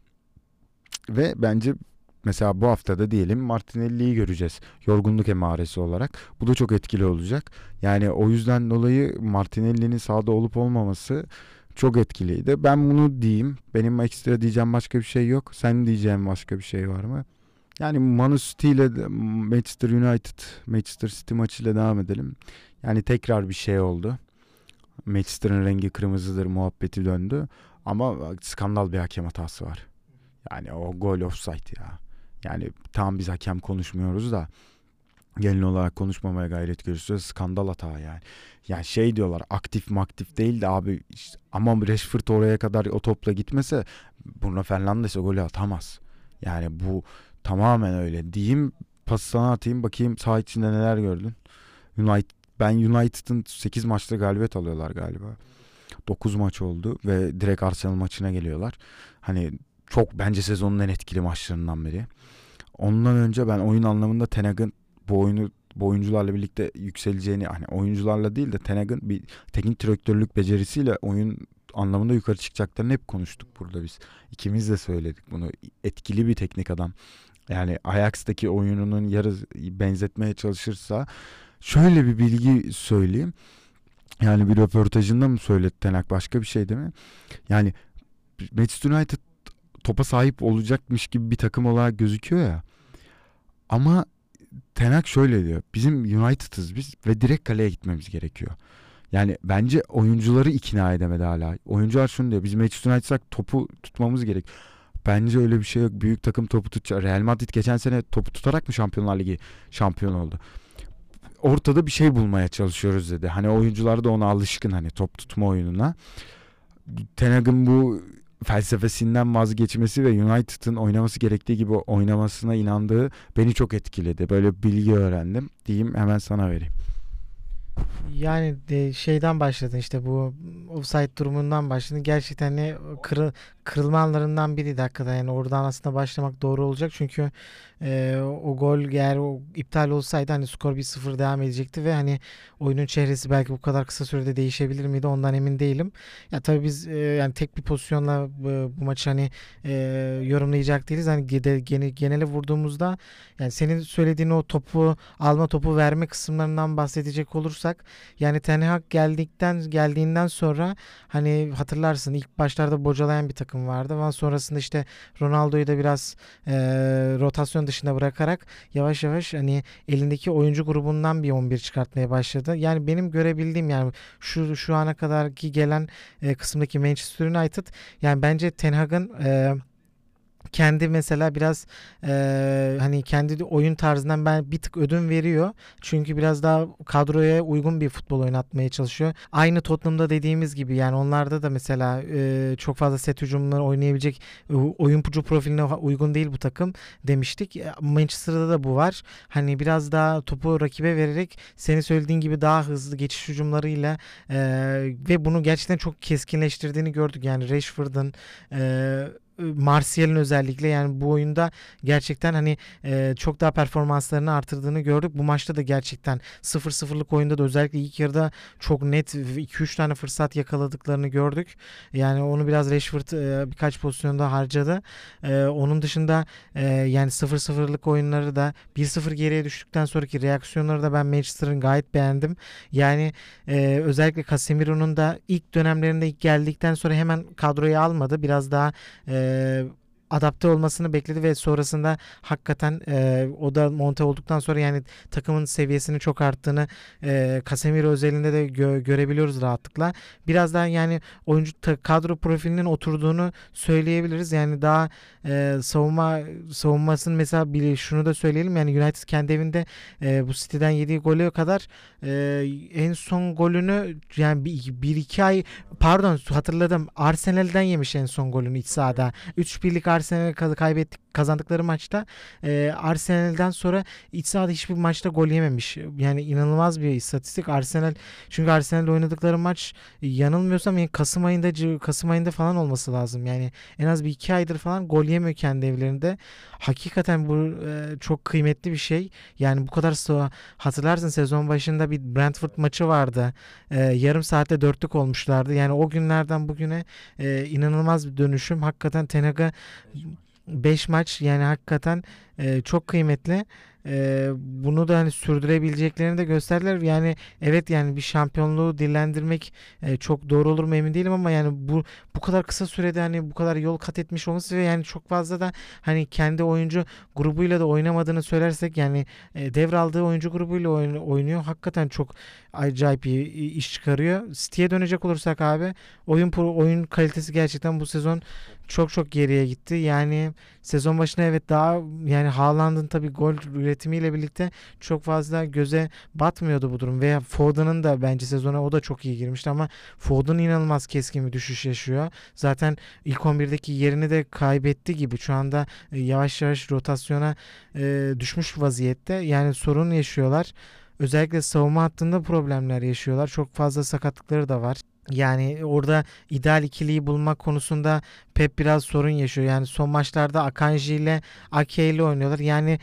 Ve bence mesela bu haftada diyelim Martinelli'yi göreceğiz yorgunluk emaresi olarak. Bu da çok etkili olacak. Yani o yüzden dolayı Martinelli'nin sahada olup olmaması çok etkiliydi. Ben bunu diyeyim. Benim ekstra diyeceğim başka bir şey yok. Sen diyeceğin başka bir şey var mı? Yani Man City ile Manchester City maçıyla devam edelim. Yani tekrar bir şey oldu. Manchester'ın rengi kırmızıdır muhabbeti döndü. Ama skandal bir hakem hatası var. Yani o gol offside ya. Yani tam biz hakem konuşmuyoruz da genel olarak konuşmamaya gayret gösteriyoruz. Skandal hata yani. Yani şey diyorlar, aktif değil de abi işte, ama Rashford oraya kadar o topla gitmese Bruno Fernandes o golü atamaz. Yani bu tamamen öyle. Diyeyim, pası sana atayım, bakayım saha içinde neler gördün. United'ın 8 maçta galibiyet alıyorlar galiba. 9 maç oldu ve direkt Arsenal maçına geliyorlar. Hani çok bence sezonun en etkili maçlarından biri. Ondan önce ben oyun anlamında Ten Hag'ın bu oyuncularla birlikte yükseleceğini, hani oyuncularla değil de Ten Hag'ın bir teknik direktörlük becerisiyle oyun anlamında yukarı çıkacaklarını hep konuştuk burada biz. İkimiz de söyledik bunu. Etkili bir teknik adam. Yani Ajax'taki oyununun yarı benzetmeye çalışırsa şöyle bir bilgi söyleyeyim. Yani bir röportajında mı söyledi Ten Hag, başka bir şey değil mi? Yani Manchester United topa sahip olacakmış gibi bir takım olarak gözüküyor ya. Ama Ten Hag şöyle diyor. Bizim United'ız biz ve direkt kaleye gitmemiz gerekiyor. Yani bence oyuncuları ikna edemedi hala. Oyuncular şunu diyor. Biz Manchester United'sak topu tutmamız gerek. Bence öyle bir şey yok. Büyük takım topu tutacak. Real Madrid geçen sene topu tutarak mı Şampiyonlar Ligi şampiyon oldu? Ortada bir şey bulmaya çalışıyoruz dedi. Hani oyuncular da ona alışkın, hani top tutma oyununa. Ten Hag'ın bu felsefesinden vazgeçmesi ve United'ın oynaması gerektiği gibi oynamasına inandığı beni çok etkiledi. Böyle bir bilgi öğrendim. Diyeyim, hemen sana vereyim. Yani şeyden başladın, işte bu offside durumundan başladın. Gerçekten hani kırılma anlarından biriydi hakikaten. Yani oradan aslında başlamak doğru olacak. Çünkü o gol eğer o iptal olsaydı hani skor 1-0 devam edecekti ve hani oyunun çehresi belki bu kadar kısa sürede değişebilir miydi, ondan emin değilim. Ya tabii biz yani tek bir pozisyonla bu maçı hani e, yorumlayacak değiliz. Hani genele vurduğumuzda, yani senin söylediğin o topu alma, topu verme kısımlarından bahsedecek olursak, yani Ten Hag geldiğinden sonra hani hatırlarsın ilk başlarda bocalayan bir takım vardı. Ama sonrasında işte Ronaldo'yu da biraz rotasyon dışında bırakarak yavaş yavaş hani elindeki oyuncu grubundan bir 11 çıkartmaya başladı. Yani benim görebildiğim, yani şu ana kadarki gelen kısımdaki Manchester United, yani bence Ten Hag'ın kendi mesela biraz hani kendi oyun tarzından ben bir tık ödün veriyor. Çünkü biraz daha kadroya uygun bir futbol oynatmaya çalışıyor. Aynı Tottenham'da dediğimiz gibi, yani onlarda da mesela çok fazla set hücumları oynayabilecek oyuncu profiline uygun değil bu takım demiştik. Manchester'da da bu var. Hani biraz daha topu rakibe vererek senin söylediğin gibi daha hızlı geçiş hücumlarıyla ve bunu gerçekten çok keskinleştirdiğini gördük. Yani Rashford'un Martial'in özellikle, yani bu oyunda gerçekten hani çok daha performanslarını artırdığını gördük. Bu maçta da gerçekten 0-0'lık oyunda da özellikle ilk yarıda çok net 2-3 tane fırsat yakaladıklarını gördük. Yani onu biraz Rashford birkaç pozisyonda harcadı. Onun dışında yani 0-0'lık oyunları da 1-0 geriye düştükten sonraki reaksiyonları da ben Manchester'ın gayet beğendim. Yani özellikle Casemiro'nun da ilk dönemlerinde, ilk geldikten sonra hemen kadroya almadı. Biraz daha adapte olmasını bekledi ve sonrasında hakikaten o da monte olduktan sonra yani takımın seviyesinin çok arttığını Casemiro özelinde de görebiliyoruz rahatlıkla. Biraz daha yani kadro profilinin oturduğunu söyleyebiliriz. Yani daha savunmasının mesela şunu da söyleyelim, yani United kendi evinde bu City'den yediği gole kadar en son golünü yani bir iki ay, pardon hatırladım, Arsenal'den yemiş en son golünü iç sahada. 3-1'lik Arsenal'e kazandıkları maçta Arsenal'den sonra iç sahada hiçbir maçta gol yememiş. Yani inanılmaz bir istatistik. Çünkü Arsenal'le oynadıkları maç yanılmıyorsam yani Kasım ayında falan olması lazım. Yani en az bir 2 aydır falan gol yemiyor kendi evlerinde. Hakikaten bu çok kıymetli bir şey. Yani bu kadar hatırlarsın sezon başında bir Brentford maçı vardı. Yarım saatte dörtlük olmuşlardı. Yani o günlerden bugüne inanılmaz bir dönüşüm. Hakikaten Ten Hag'a 5 maç, yani hakikaten çok kıymetli. Bunu da hani sürdürebileceklerini de gösterdiler. Yani evet, yani bir şampiyonluğu dillendirmek çok doğru olur mu emin değilim, ama yani bu kadar kısa sürede hani bu kadar yol kat etmiş olması ve yani çok fazla da hani kendi oyuncu grubuyla da oynamadığını söylersek, yani devraldığı oyuncu grubuyla oynuyor. Hakikaten çok acayip bir iş çıkarıyor. City'ye dönecek olursak abi, oyun kalitesi gerçekten bu sezon çok çok geriye gitti. Yani sezon başına evet daha, yani Haaland'ın tabii gol üretimiyle birlikte çok fazla göze batmıyordu bu durum. Veya Foden'ın da bence sezona o da çok iyi girmişti, ama Foden inanılmaz keskin bir düşüş yaşıyor. Zaten ilk 11'deki yerini de kaybetti gibi. Şu anda yavaş yavaş rotasyona düşmüş vaziyette. Yani sorun yaşıyorlar. Özellikle savunma hattında problemler yaşıyorlar. Çok fazla sakatlıkları da var. Yani orada ideal ikiliyi bulmak konusunda Pep biraz sorun yaşıyor. Yani son maçlarda Akanji ile Ake ile oynuyorlar. Yani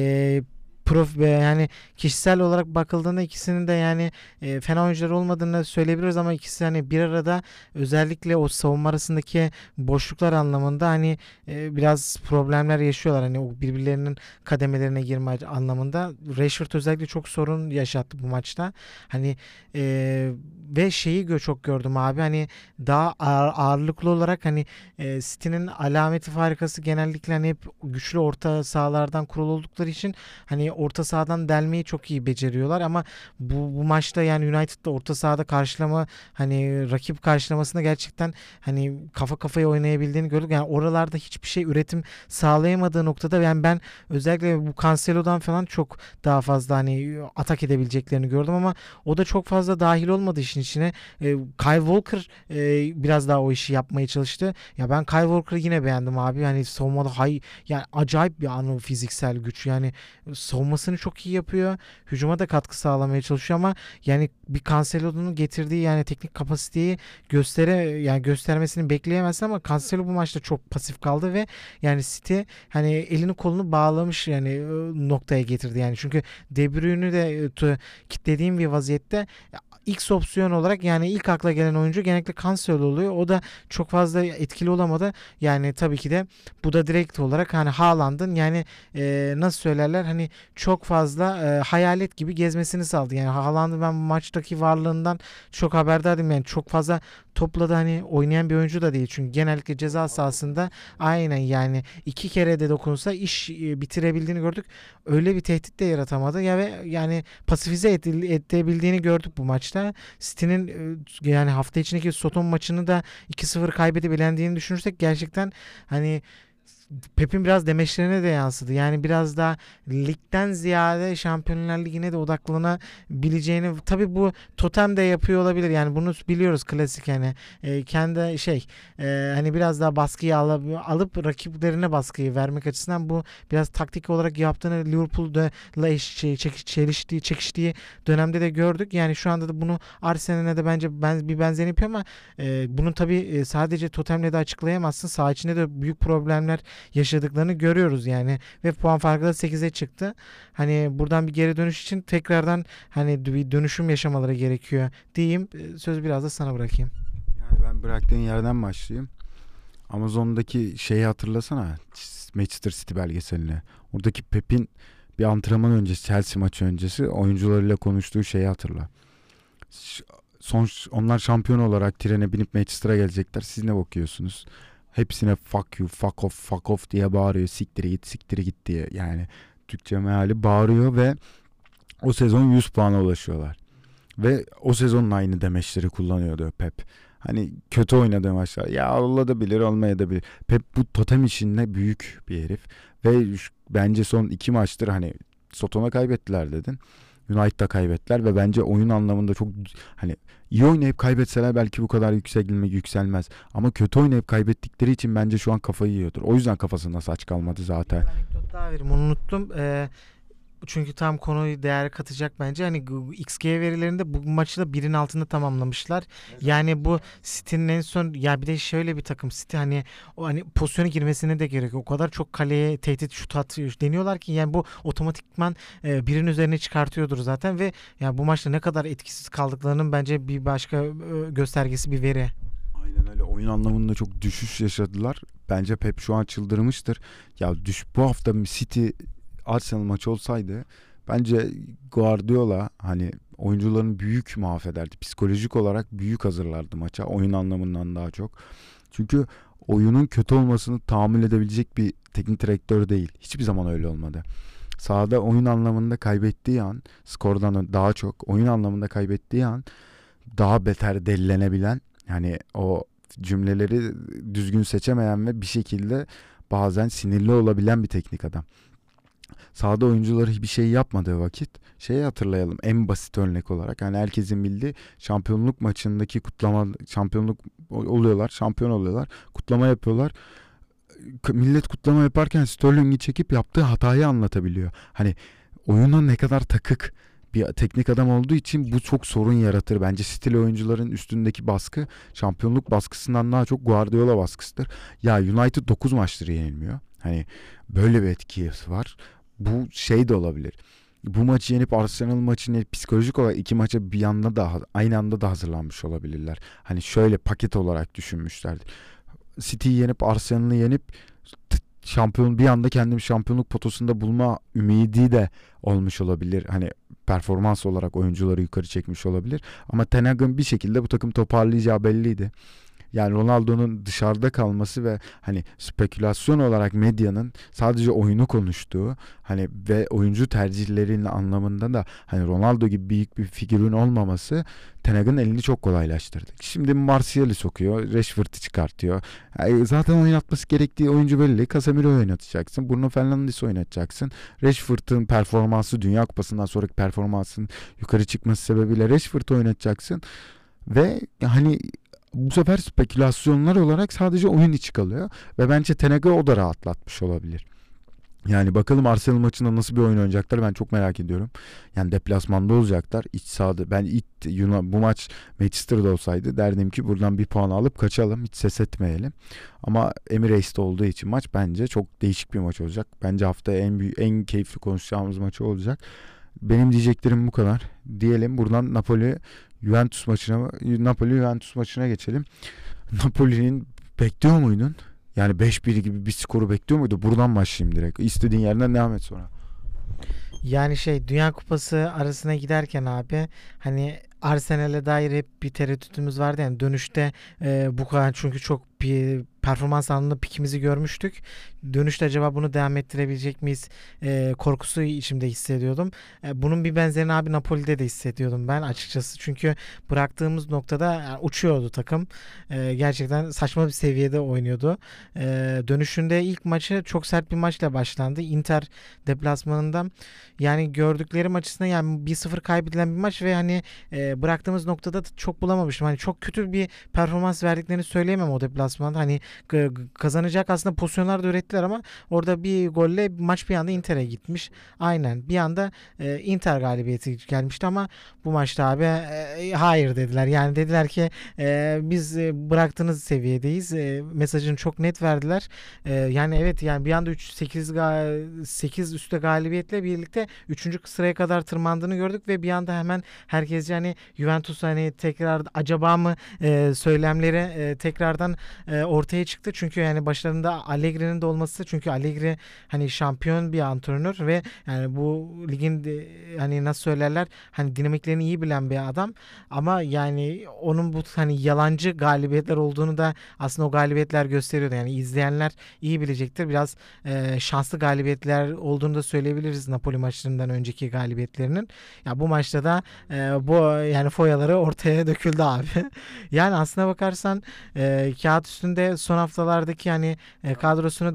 yani kişisel olarak bakıldığında ikisinin de yani fena oyuncular olmadığını söyleyebiliriz, ama ikisi hani bir arada özellikle o savunma arasındaki boşluklar anlamında hani biraz problemler yaşıyorlar. Hani o birbirlerinin kademelerine girme anlamında. Rashford özellikle çok sorun yaşattı bu maçta. Hani ve şeyi çok gördüm abi, hani daha ağırlıklı olarak hani City'nin alameti farikası genellikle hani hep güçlü orta sahalardan kurulu oldukları için hani orta sahadan delmeyi çok iyi beceriyorlar, ama bu maçta yani United'da orta sahada karşılama, hani rakip karşılamasında gerçekten hani kafa kafaya oynayabildiğini gördük. Yani oralarda hiçbir şey üretim sağlayamadığı noktada, yani ben özellikle bu Cancelo'dan falan çok daha fazla hani atak edebileceklerini gördüm, ama o da çok fazla dahil olmadı işin içine. Kyle Walker biraz daha o işi yapmaya çalıştı. Ya ben Kyle Walker'ı yine beğendim abi. Yani savunmada yani acayip bir fiziksel güç. Yani savunmasını çok iyi yapıyor. Hücuma da katkı sağlamaya çalışıyor ama yani bir Cancelo'nun getirdiği yani teknik kapasiteyi yani göstermesini bekleyemezsin ama Cancelo bu maçta çok pasif kaldı ve yani City hani elini kolunu bağlamış yani noktaya getirdi yani. Çünkü De Bruyne'ü de kitlediğim bir vaziyette X opsiyon olarak yani ilk akla gelen oyuncu genellikle Cancelo oluyor. O da çok fazla etkili olamadı. Yani tabii ki de bu da direkt olarak hani Haaland'ın yani nasıl söylerler hani çok fazla hayalet gibi gezmesini sağladı. Yani Haaland'ın ben bu maçtaki varlığından çok haberdardım. Yani çok fazla topla da hani oynayan bir oyuncu da değil. Çünkü genellikle ceza sahasında aynen yani 2 kere de dokunsa iş bitirebildiğini gördük. Öyle bir tehdit de yaratamadı. Ya ve yani pasifize edebildiğini gördük bu maçta. City'nin yani hafta içindeki Soton maçını da 2-0 kaybedip elendiğini düşünürsek gerçekten hani Pep'in biraz demeçlerine de yansıdı. Yani biraz daha ligden ziyade Şampiyonlar Ligi'ne de odaklanabileceğini tabii bu totem de yapıyor olabilir. Yani bunu biliyoruz klasik yani kendi hani biraz daha baskıyı alıp rakiplerine baskıyı vermek açısından bu biraz taktik olarak yaptığını Liverpool'da çekiştiği dönemde de gördük. Yani şu anda da bunu Arsenal'e de bence bir benzerini yapıyor ama bunun tabii sadece totemle de açıklayamazsın. Saha içinde de büyük problemler yaşadıklarını görüyoruz yani ve puan farkı da 8'e çıktı. Hani buradan bir geri dönüş için tekrardan hani bir dönüşüm yaşamaları gerekiyor diyeyim. Sözü biraz da sana bırakayım. Yani ben bıraktığın yerden başlayayım. Amazon'daki şeyi hatırlasana. Manchester City belgeselini. Oradaki Pep'in bir antrenman öncesi, Chelsea maçı öncesi oyuncularıyla konuştuğu şeyi hatırla. Onlar şampiyon olarak trene binip Manchester'a gelecekler. Siz ne bakıyorsunuz? Hepsine fuck you, fuck off, fuck off diye bağırıyor. Siktir git, siktir git diye. Yani Türkçe meali bağırıyor ve o sezon 100 puana ulaşıyorlar. Ve o sezonun aynı demeçleri kullanıyordu Pep. Hani kötü oynadığı maçlar. Ya olabilir, olmayabilir. Pep bu totem işinde büyük bir herif. Ve bence son 2 maçtır hani Soton'a kaybettiler dedin. United'da kaybettiler ve bence oyun anlamında çok hani iyi oynayıp kaybetseler belki bu kadar yükselmez. Ama kötü oynayıp kaybettikleri için bence şu an kafayı yiyordur. O yüzden kafasında saç kalmadı zaten. Bir anekdot daha vereyim. Onu unuttum. Çünkü tam konuyu değer katacak bence. Hani XG verilerinde bu maçı da 1'in altında tamamlamışlar. Evet. Yani bu City'nin en son ya bir de şöyle bir takım City hani o hani pozisyona girmesine de gerek. O kadar çok kaleye tehdit şut atıyor deniyorlar ki yani bu otomatikman birin üzerine çıkartıyordur zaten ve yani bu maçta ne kadar etkisiz kaldıklarının bence bir başka göstergesi bir veri. Aynen öyle. Oyun anlamında çok düşüş yaşadılar. Bence Pep şu an çıldırmıştır. Ya bu hafta City Arsenal maçı olsaydı bence Guardiola hani oyuncularını büyük mahvederdi. Psikolojik olarak büyük hazırlardı maça. Oyun anlamından daha çok. Çünkü oyunun kötü olmasını tahammül edebilecek bir teknik direktör değil. Hiçbir zaman öyle olmadı. Sahada oyun anlamında kaybettiği an skordan daha çok oyun anlamında kaybettiği an daha beter delilenebilen yani o cümleleri düzgün seçemeyen ve bir şekilde bazen sinirli olabilen bir teknik adam. Sahada oyuncuları bir şey yapmadığı vakit şeyi hatırlayalım en basit örnek olarak. Yani herkesin bildiği şampiyonluk maçındaki şampiyonluk oluyorlar, şampiyon oluyorlar. Kutlama yapıyorlar. Millet kutlama yaparken Sterling'i çekip yaptığı hatayı anlatabiliyor. Hani oyuna ne kadar takık bir teknik adam olduğu için bu çok sorun yaratır. Bence stil oyuncuların üstündeki baskı şampiyonluk baskısından daha çok Guardiola baskısıdır. Ya United 9 maçtır yenilmiyor. Hani böyle bir etkisi var. Bu şey de olabilir. Bu maçı yenip Arsenal maçını psikolojik olarak 2 maça bir anda da aynı anda da hazırlanmış olabilirler. Hani şöyle paket olarak düşünmüşlerdir. City'yi yenip Arsenal'ı yenip şampiyon bir anda kendimi şampiyonluk potosunda bulma ümidi de olmuş olabilir. Hani performans olarak oyuncuları yukarı çekmiş olabilir. Ama Ten Hag'ın bir şekilde bu takım toparlayacağı belliydi. Yani Ronaldo'nun dışarıda kalması ve hani spekülasyon olarak medyanın sadece oyunu konuştuğu hani ve oyuncu tercihlerinin anlamında da hani Ronaldo gibi büyük bir figürün olmaması Ten Hag'ın elini çok kolaylaştırdı. Şimdi Martial'i sokuyor, Rashford'u çıkartıyor. Yani zaten oynatması gerektiği oyuncu belli. Casemiro'yu oynatacaksın, Bruno Fernandes'i oynatacaksın. Rashford'un performansı Dünya Kupası'ndan sonraki performansının yukarı çıkması sebebiyle Rashford'u oynatacaksın. Ve hani bu sefer spekülasyonlar olarak sadece oyun içi kalıyor. Ve bence Ten Hag'ı o da rahatlatmış olabilir. Yani bakalım Arsenal maçında nasıl bir oyun oynayacaklar, ben çok merak ediyorum. Yani deplasmanda olacaklar. İç sahada ben bu maç Manchester'da olsaydı derdim ki buradan bir puan alıp kaçalım. Hiç ses etmeyelim. Ama Emirates'te olduğu için maç bence çok değişik bir maç olacak. Bence haftaya en keyifli konuşacağımız maçı olacak. Benim diyeceklerim bu kadar. Diyelim buradan Napoli Juventus maçına geçelim. Napoli'nin bekliyor muydun? Yani 5-1 gibi bir skoru bekliyor muydu? Buradan başlayayım direkt. İstediğin yerden devam et sonra. Yani Dünya Kupası arasına giderken abi hani Arsenal'e dair hep bir tereddütümüz vardı. Yani dönüşte bu kadar, çünkü çok bir performans anlamında pikimizi görmüştük. Dönüşte acaba bunu devam ettirebilecek miyiz korkusu içimde hissediyordum. Bunun bir benzerini abi Napoli'de de hissediyordum ben açıkçası. Çünkü bıraktığımız noktada yani uçuyordu takım. Gerçekten saçma bir seviyede oynuyordu. Dönüşünde ilk maçı çok sert bir maçla başlandı. Inter deplasmanında, yani gördüklerim açısından yani 1-0 kaybedilen bir maç ve hani bıraktığımız noktada çok bulamamışım. Hani çok kötü bir performans verdiklerini söyleyemem o deplasmanda. Hani kazanacak aslında pozisyonlar da ürettiler ama orada bir golle maç bir anda Inter'e gitmiş. Aynen. Bir anda Inter galibiyeti gelmişti ama bu maçta abi hayır dediler. Yani dediler ki biz bıraktığınız seviyedeyiz. Mesajını çok net verdiler. Yani evet, yani bir anda 8 üstte galibiyetle birlikte 3. sıraya kadar tırmandığını gördük ve bir anda hemen herkes yani Juventus hani tekrar acaba mı söylemleri tekrardan ortaya çıktı. Çünkü yani başlarında Allegri'nin de olması, çünkü Allegri hani şampiyon bir antrenör ve yani bu ligin hani nasıl söylerler, hani dinamiklerini iyi bilen bir adam ama yani onun bu hani yalancı galibiyetler olduğunu da aslında o galibiyetler gösteriyordu. Yani izleyenler iyi bilecektir. Biraz şanslı galibiyetler olduğunu da söyleyebiliriz Napoli maçlarından önceki galibiyetlerinin. Ya bu maçta da bu yani foyaları ortaya döküldü abi. Yani aslına bakarsan kağıt üstünde son haftalardaki yani kadrosunu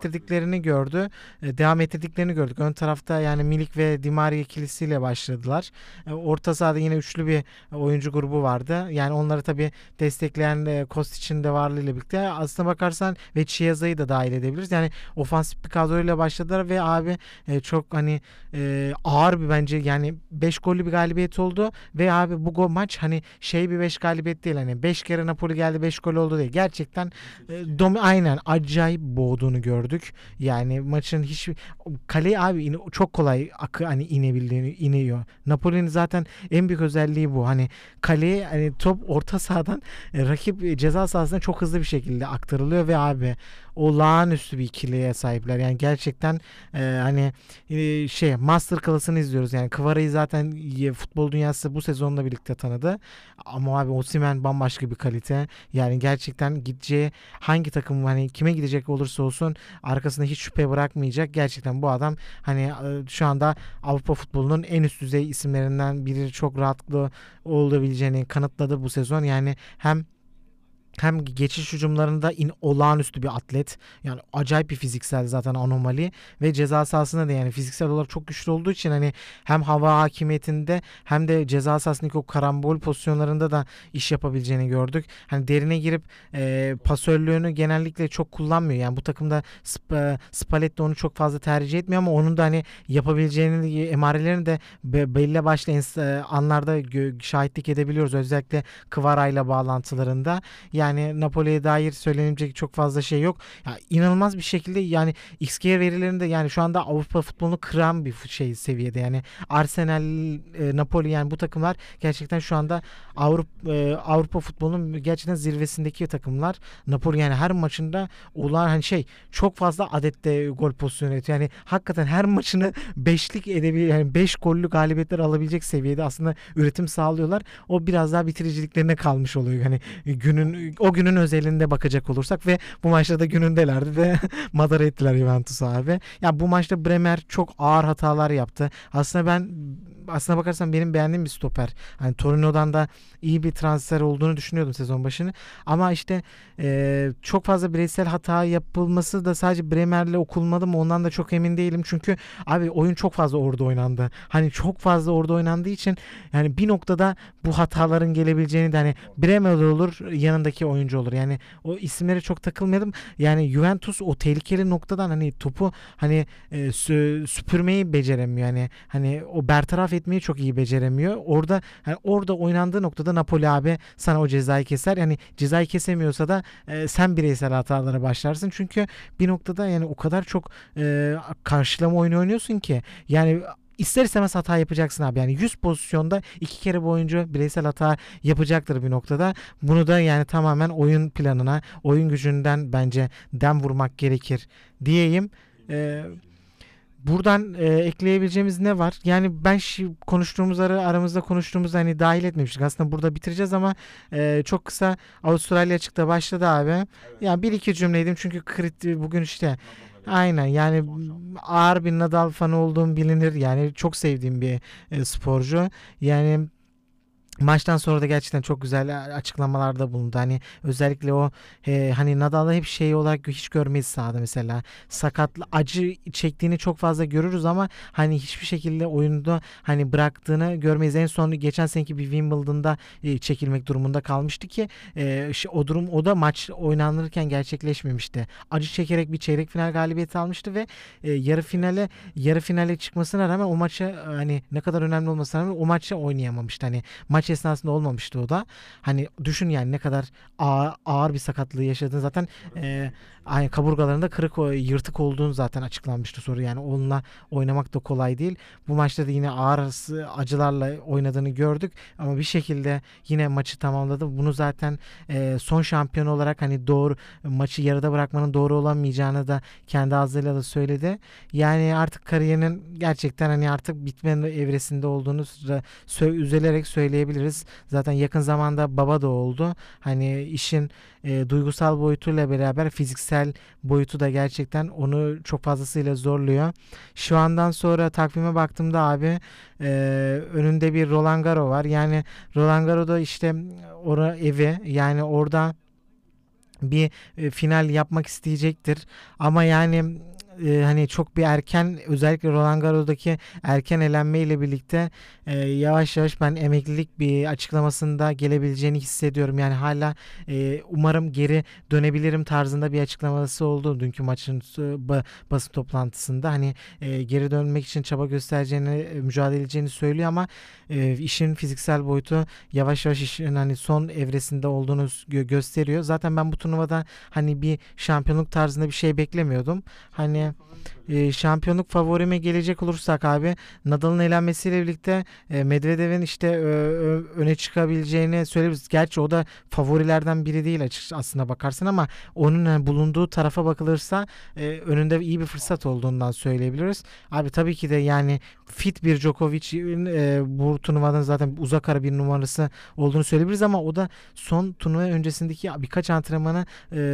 devam ettirdiklerini gördük. Ön tarafta yani Milik ve Di Maria ikilisiyle başladılar. Orta sahada yine üçlü bir oyuncu grubu vardı. Yani onları tabii destekleyen Kostic'in de varlığıyla birlikte aslına bakarsan ve Chiesa'yı da dahil edebiliriz. Yani ofansif bir kadroyla başladılar ve abi çok hani ağır bir, bence yani 5 gollü bir galibiyet oldu ve abi bu maç hani bir 5 galibiyet değil, hani 5 kere Napoli geldi 5 gol oldu değil. Gerçekten aynen acayip boğduğunu gördük. Yani maçın hiç kaleye abi çok kolay hani iniyor. Napoli'nin zaten en büyük özelliği bu. Hani kaleye hani top orta sahadan rakip ceza sahasına çok hızlı bir şekilde aktarılıyor ve abi olağanüstü bir ikiliye sahipler. Yani gerçekten hani master class'ını izliyoruz. Yani Kvara'yı zaten futbol dünyası bu sezonla birlikte tanıdı. Ama abi Osimhen bambaşka bir kalite. Yani gerçekten gideceği hangi takım, hani kime gidecek olursa olsun arkasında hiç şüphe bırakmayacak. Gerçekten bu adam hani şu anda Avrupa futbolunun en üst düzey isimlerinden biri, çok rahatlıkla olabileceğini kanıtladı bu sezon. Yani hem geçiş hücumlarında olağanüstü bir atlet. Yani acayip bir fiziksel zaten anomali ve ceza sahasında da yani fiziksel olarak çok güçlü olduğu için hani hem hava hakimiyetinde hem de ceza sahasındaki o karambol pozisyonlarında da iş yapabileceğini gördük. Hani derine girip pasörlüğünü genellikle çok kullanmıyor. Yani bu takımda Spalletti onu çok fazla tercih etmiyor ama onun da hani yapabileceğini, emarelerini de belli başlı anlarda şahitlik edebiliyoruz. Özellikle Kvara ile bağlantılarında. Yani Napoli'ye dair söylenecek çok fazla şey yok. Ya inanılmaz bir şekilde yani XG verilerinde yani şu anda Avrupa futbolunu kıran bir seviyede. Yani Arsenal, Napoli, yani bu takımlar gerçekten şu anda Avrupa futbolunun gerçekten zirvesindeki takımlar. Napoli yani her maçında olan hani çok fazla adette gol pozisyonu üretiyor. Yani hakikaten her maçını beşlik edebilir, yani 5 gollü galibiyetler alabilecek seviyede aslında üretim sağlıyorlar. O biraz daha bitiriciliklerine kalmış oluyor. Hani o günün özelinde bakacak olursak ve bu maçta da günündelerdi ve madara ettiler Juventus abi. Ya bu maçta Bremer çok ağır hatalar yaptı. Aslında ben aslına bakarsan benim beğendiğim bir stoper. Hani Torino'dan da iyi bir transfer olduğunu düşünüyordum sezon başını. Ama işte çok fazla bireysel hata yapılması da sadece Bremer'le okulmadı mı ondan da çok emin değilim. Çünkü abi oyun çok fazla orada oynandı. Hani çok fazla orada oynandığı için yani bir noktada bu hataların gelebileceğini de hani Bremer olur yanındaki oyuncu olur. Yani o isimlere çok takılmayalım. Yani Juventus o tehlikeli noktadan hani topu hani süpürmeyi beceremiyor. Yani hani o bertaraf etmeyi çok iyi beceremiyor. Orada hani orada oynandığı noktada Napoli abi sana o cezayı keser. Yani cezayı kesemiyorsa da sen bireysel hatalara başlarsın. Çünkü bir noktada yani o kadar çok karşılama oyunu oynuyorsun ki yani ister istemez hata yapacaksın abi. Yani 100 pozisyonda 2 kere bu oyuncu bireysel hata yapacaktır bir noktada. Bunu da yani tamamen oyun planına, oyun gücünden bence dem vurmak gerekir diyeyim. Buradan ekleyebileceğimiz ne var? Yani ben konuştuğumuz aramızda konuştuğumuz hani dahil etmemiştik. Aslında burada bitireceğiz ama çok kısa Avustralya açıkta başladı abi. Evet. Yani bir iki cümleydim çünkü bugün işte aynen yani ağır bir Nadal fanı olduğum bilinir. Yani çok sevdiğim bir sporcu. Yani maçtan sonra da gerçekten çok güzel açıklamalarda bulundu. Hani özellikle o hani Nadal'da hep şey olarak hiç görmeyiz sahada mesela. Sakatlı acı çektiğini çok fazla görürüz ama hani hiçbir şekilde oyunda hani bıraktığını görmeyiz. En son geçen seneki bir Wimbledon'da çekilmek durumunda kalmıştı ki o da maç oynanırken gerçekleşmemişti. Acı çekerek bir çeyrek final galibiyeti almıştı ve yarı finale çıkmasına rağmen o maçı hani ne kadar önemli olmasına rağmen o maçı oynayamamıştı. Hani maç esnasında olmamıştı o da. Hani düşün yani ne kadar ağır bir sakatlığı yaşadığını zaten aynı kaburgalarında yırtık olduğunu zaten açıklanmıştı soru. Yani onunla oynamak da kolay değil. Bu maçta da yine ağır acılarla oynadığını gördük ama bir şekilde yine maçı tamamladı. Bunu zaten son şampiyon olarak hani doğru maçı yarıda bırakmanın doğru olamayacağını da kendi ağzıyla da söyledi. Yani artık kariyerinin gerçekten hani artık bitme evresinde olduğunu üzülerek söyleyebiliriz. Zaten yakın zamanda baba da oldu. Hani işin duygusal boyutuyla beraber fiziksel boyutu da gerçekten onu çok fazlasıyla zorluyor. Şu andan sonra takvime baktığımda abi önünde bir Roland Garros var. Yani Roland Garros'da işte evi yani orada bir final yapmak isteyecektir. Ama yani hani çok bir erken özellikle Roland Garros'daki erken elenme ile birlikte yavaş yavaş ben emeklilik bir açıklamasında gelebileceğini hissediyorum. Yani hala umarım geri dönebilirim tarzında bir açıklaması oldu dünkü maçın basın toplantısında. Hani geri dönmek için çaba göstereceğini, mücadele edeceğini söylüyor ama işin fiziksel boyutu yavaş yavaş işin hani son evresinde olduğunu gösteriyor. Zaten ben bu turnuvada hani bir şampiyonluk tarzında bir şey beklemiyordum. Hani şampiyonluk favorime gelecek olursak abi Nadal'ın elenmesiyle birlikte Medvedev'in işte öne çıkabileceğini söyleyebiliriz. Gerçi o da favorilerden biri değil aslına bakarsın ama onun bulunduğu tarafa bakılırsa önünde iyi bir fırsat olduğundan söyleyebiliriz. Abi tabii ki de yani fit bir Djokovic'in bu turnuvadan zaten uzak ara bir numarası olduğunu söyleyebiliriz ama o da son turnuva öncesindeki birkaç antrenmanı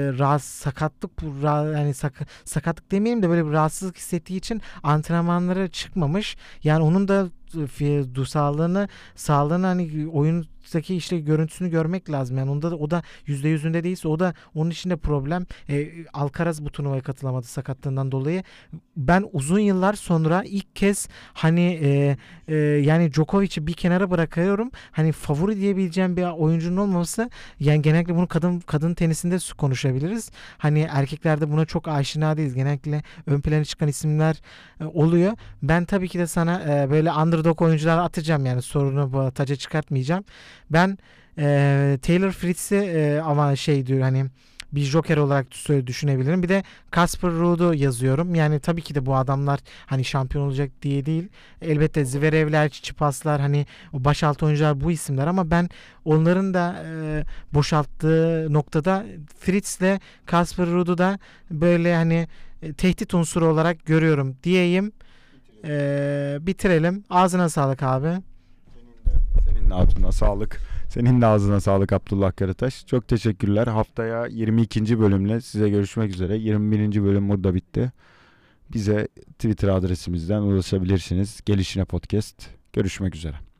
yani sakatlık demeyelim de böyle bir rahatsızlık hissettiği için antrenmanlara çıkmamış. Yani onun da sağlığını hani oyundaki işte görüntüsünü görmek lazım. Yani onda da o da %100'ünde değilse o da onun için de problem. Alcaraz bu turnuvaya katılamadı sakatlığından dolayı. Ben uzun yıllar sonra ilk kez hani yani Djokovic'i bir kenara bırakıyorum. Hani favori diyebileceğim bir oyuncunun olmaması yani genellikle bunu kadın tenisinde konuşabiliriz. Hani erkeklerde buna çok aşina değiliz. Genellikle ön plana çıkan isimler oluyor. Ben tabii ki de sana böyle underdog oyuncular atacağım yani sorunu bu taca çıkartmayacağım. Ben Taylor Fritz'i ama şey diyor hani bir joker olarak düşünebilirim. Bir de Casper Ruud'u yazıyorum. Yani tabii ki de bu adamlar hani şampiyon olacak diye değil. Elbette Zverev'ler, Tsitsipas'lar hani o başaltı oyuncular bu isimler ama ben onların da boşalttığı noktada Fritz'le Casper Ruud'u da böyle hani tehdit unsuru olarak görüyorum diyeyim. Bitirelim. Ağzına sağlık abi. Senin de ağzına sağlık. Senin de ağzına sağlık Abdullah Karataş. Çok teşekkürler. Haftaya 22. bölümle size görüşmek üzere. 21. bölüm burada bitti. Bize Twitter adresimizden ulaşabilirsiniz. Gelişine Podcast. Görüşmek üzere.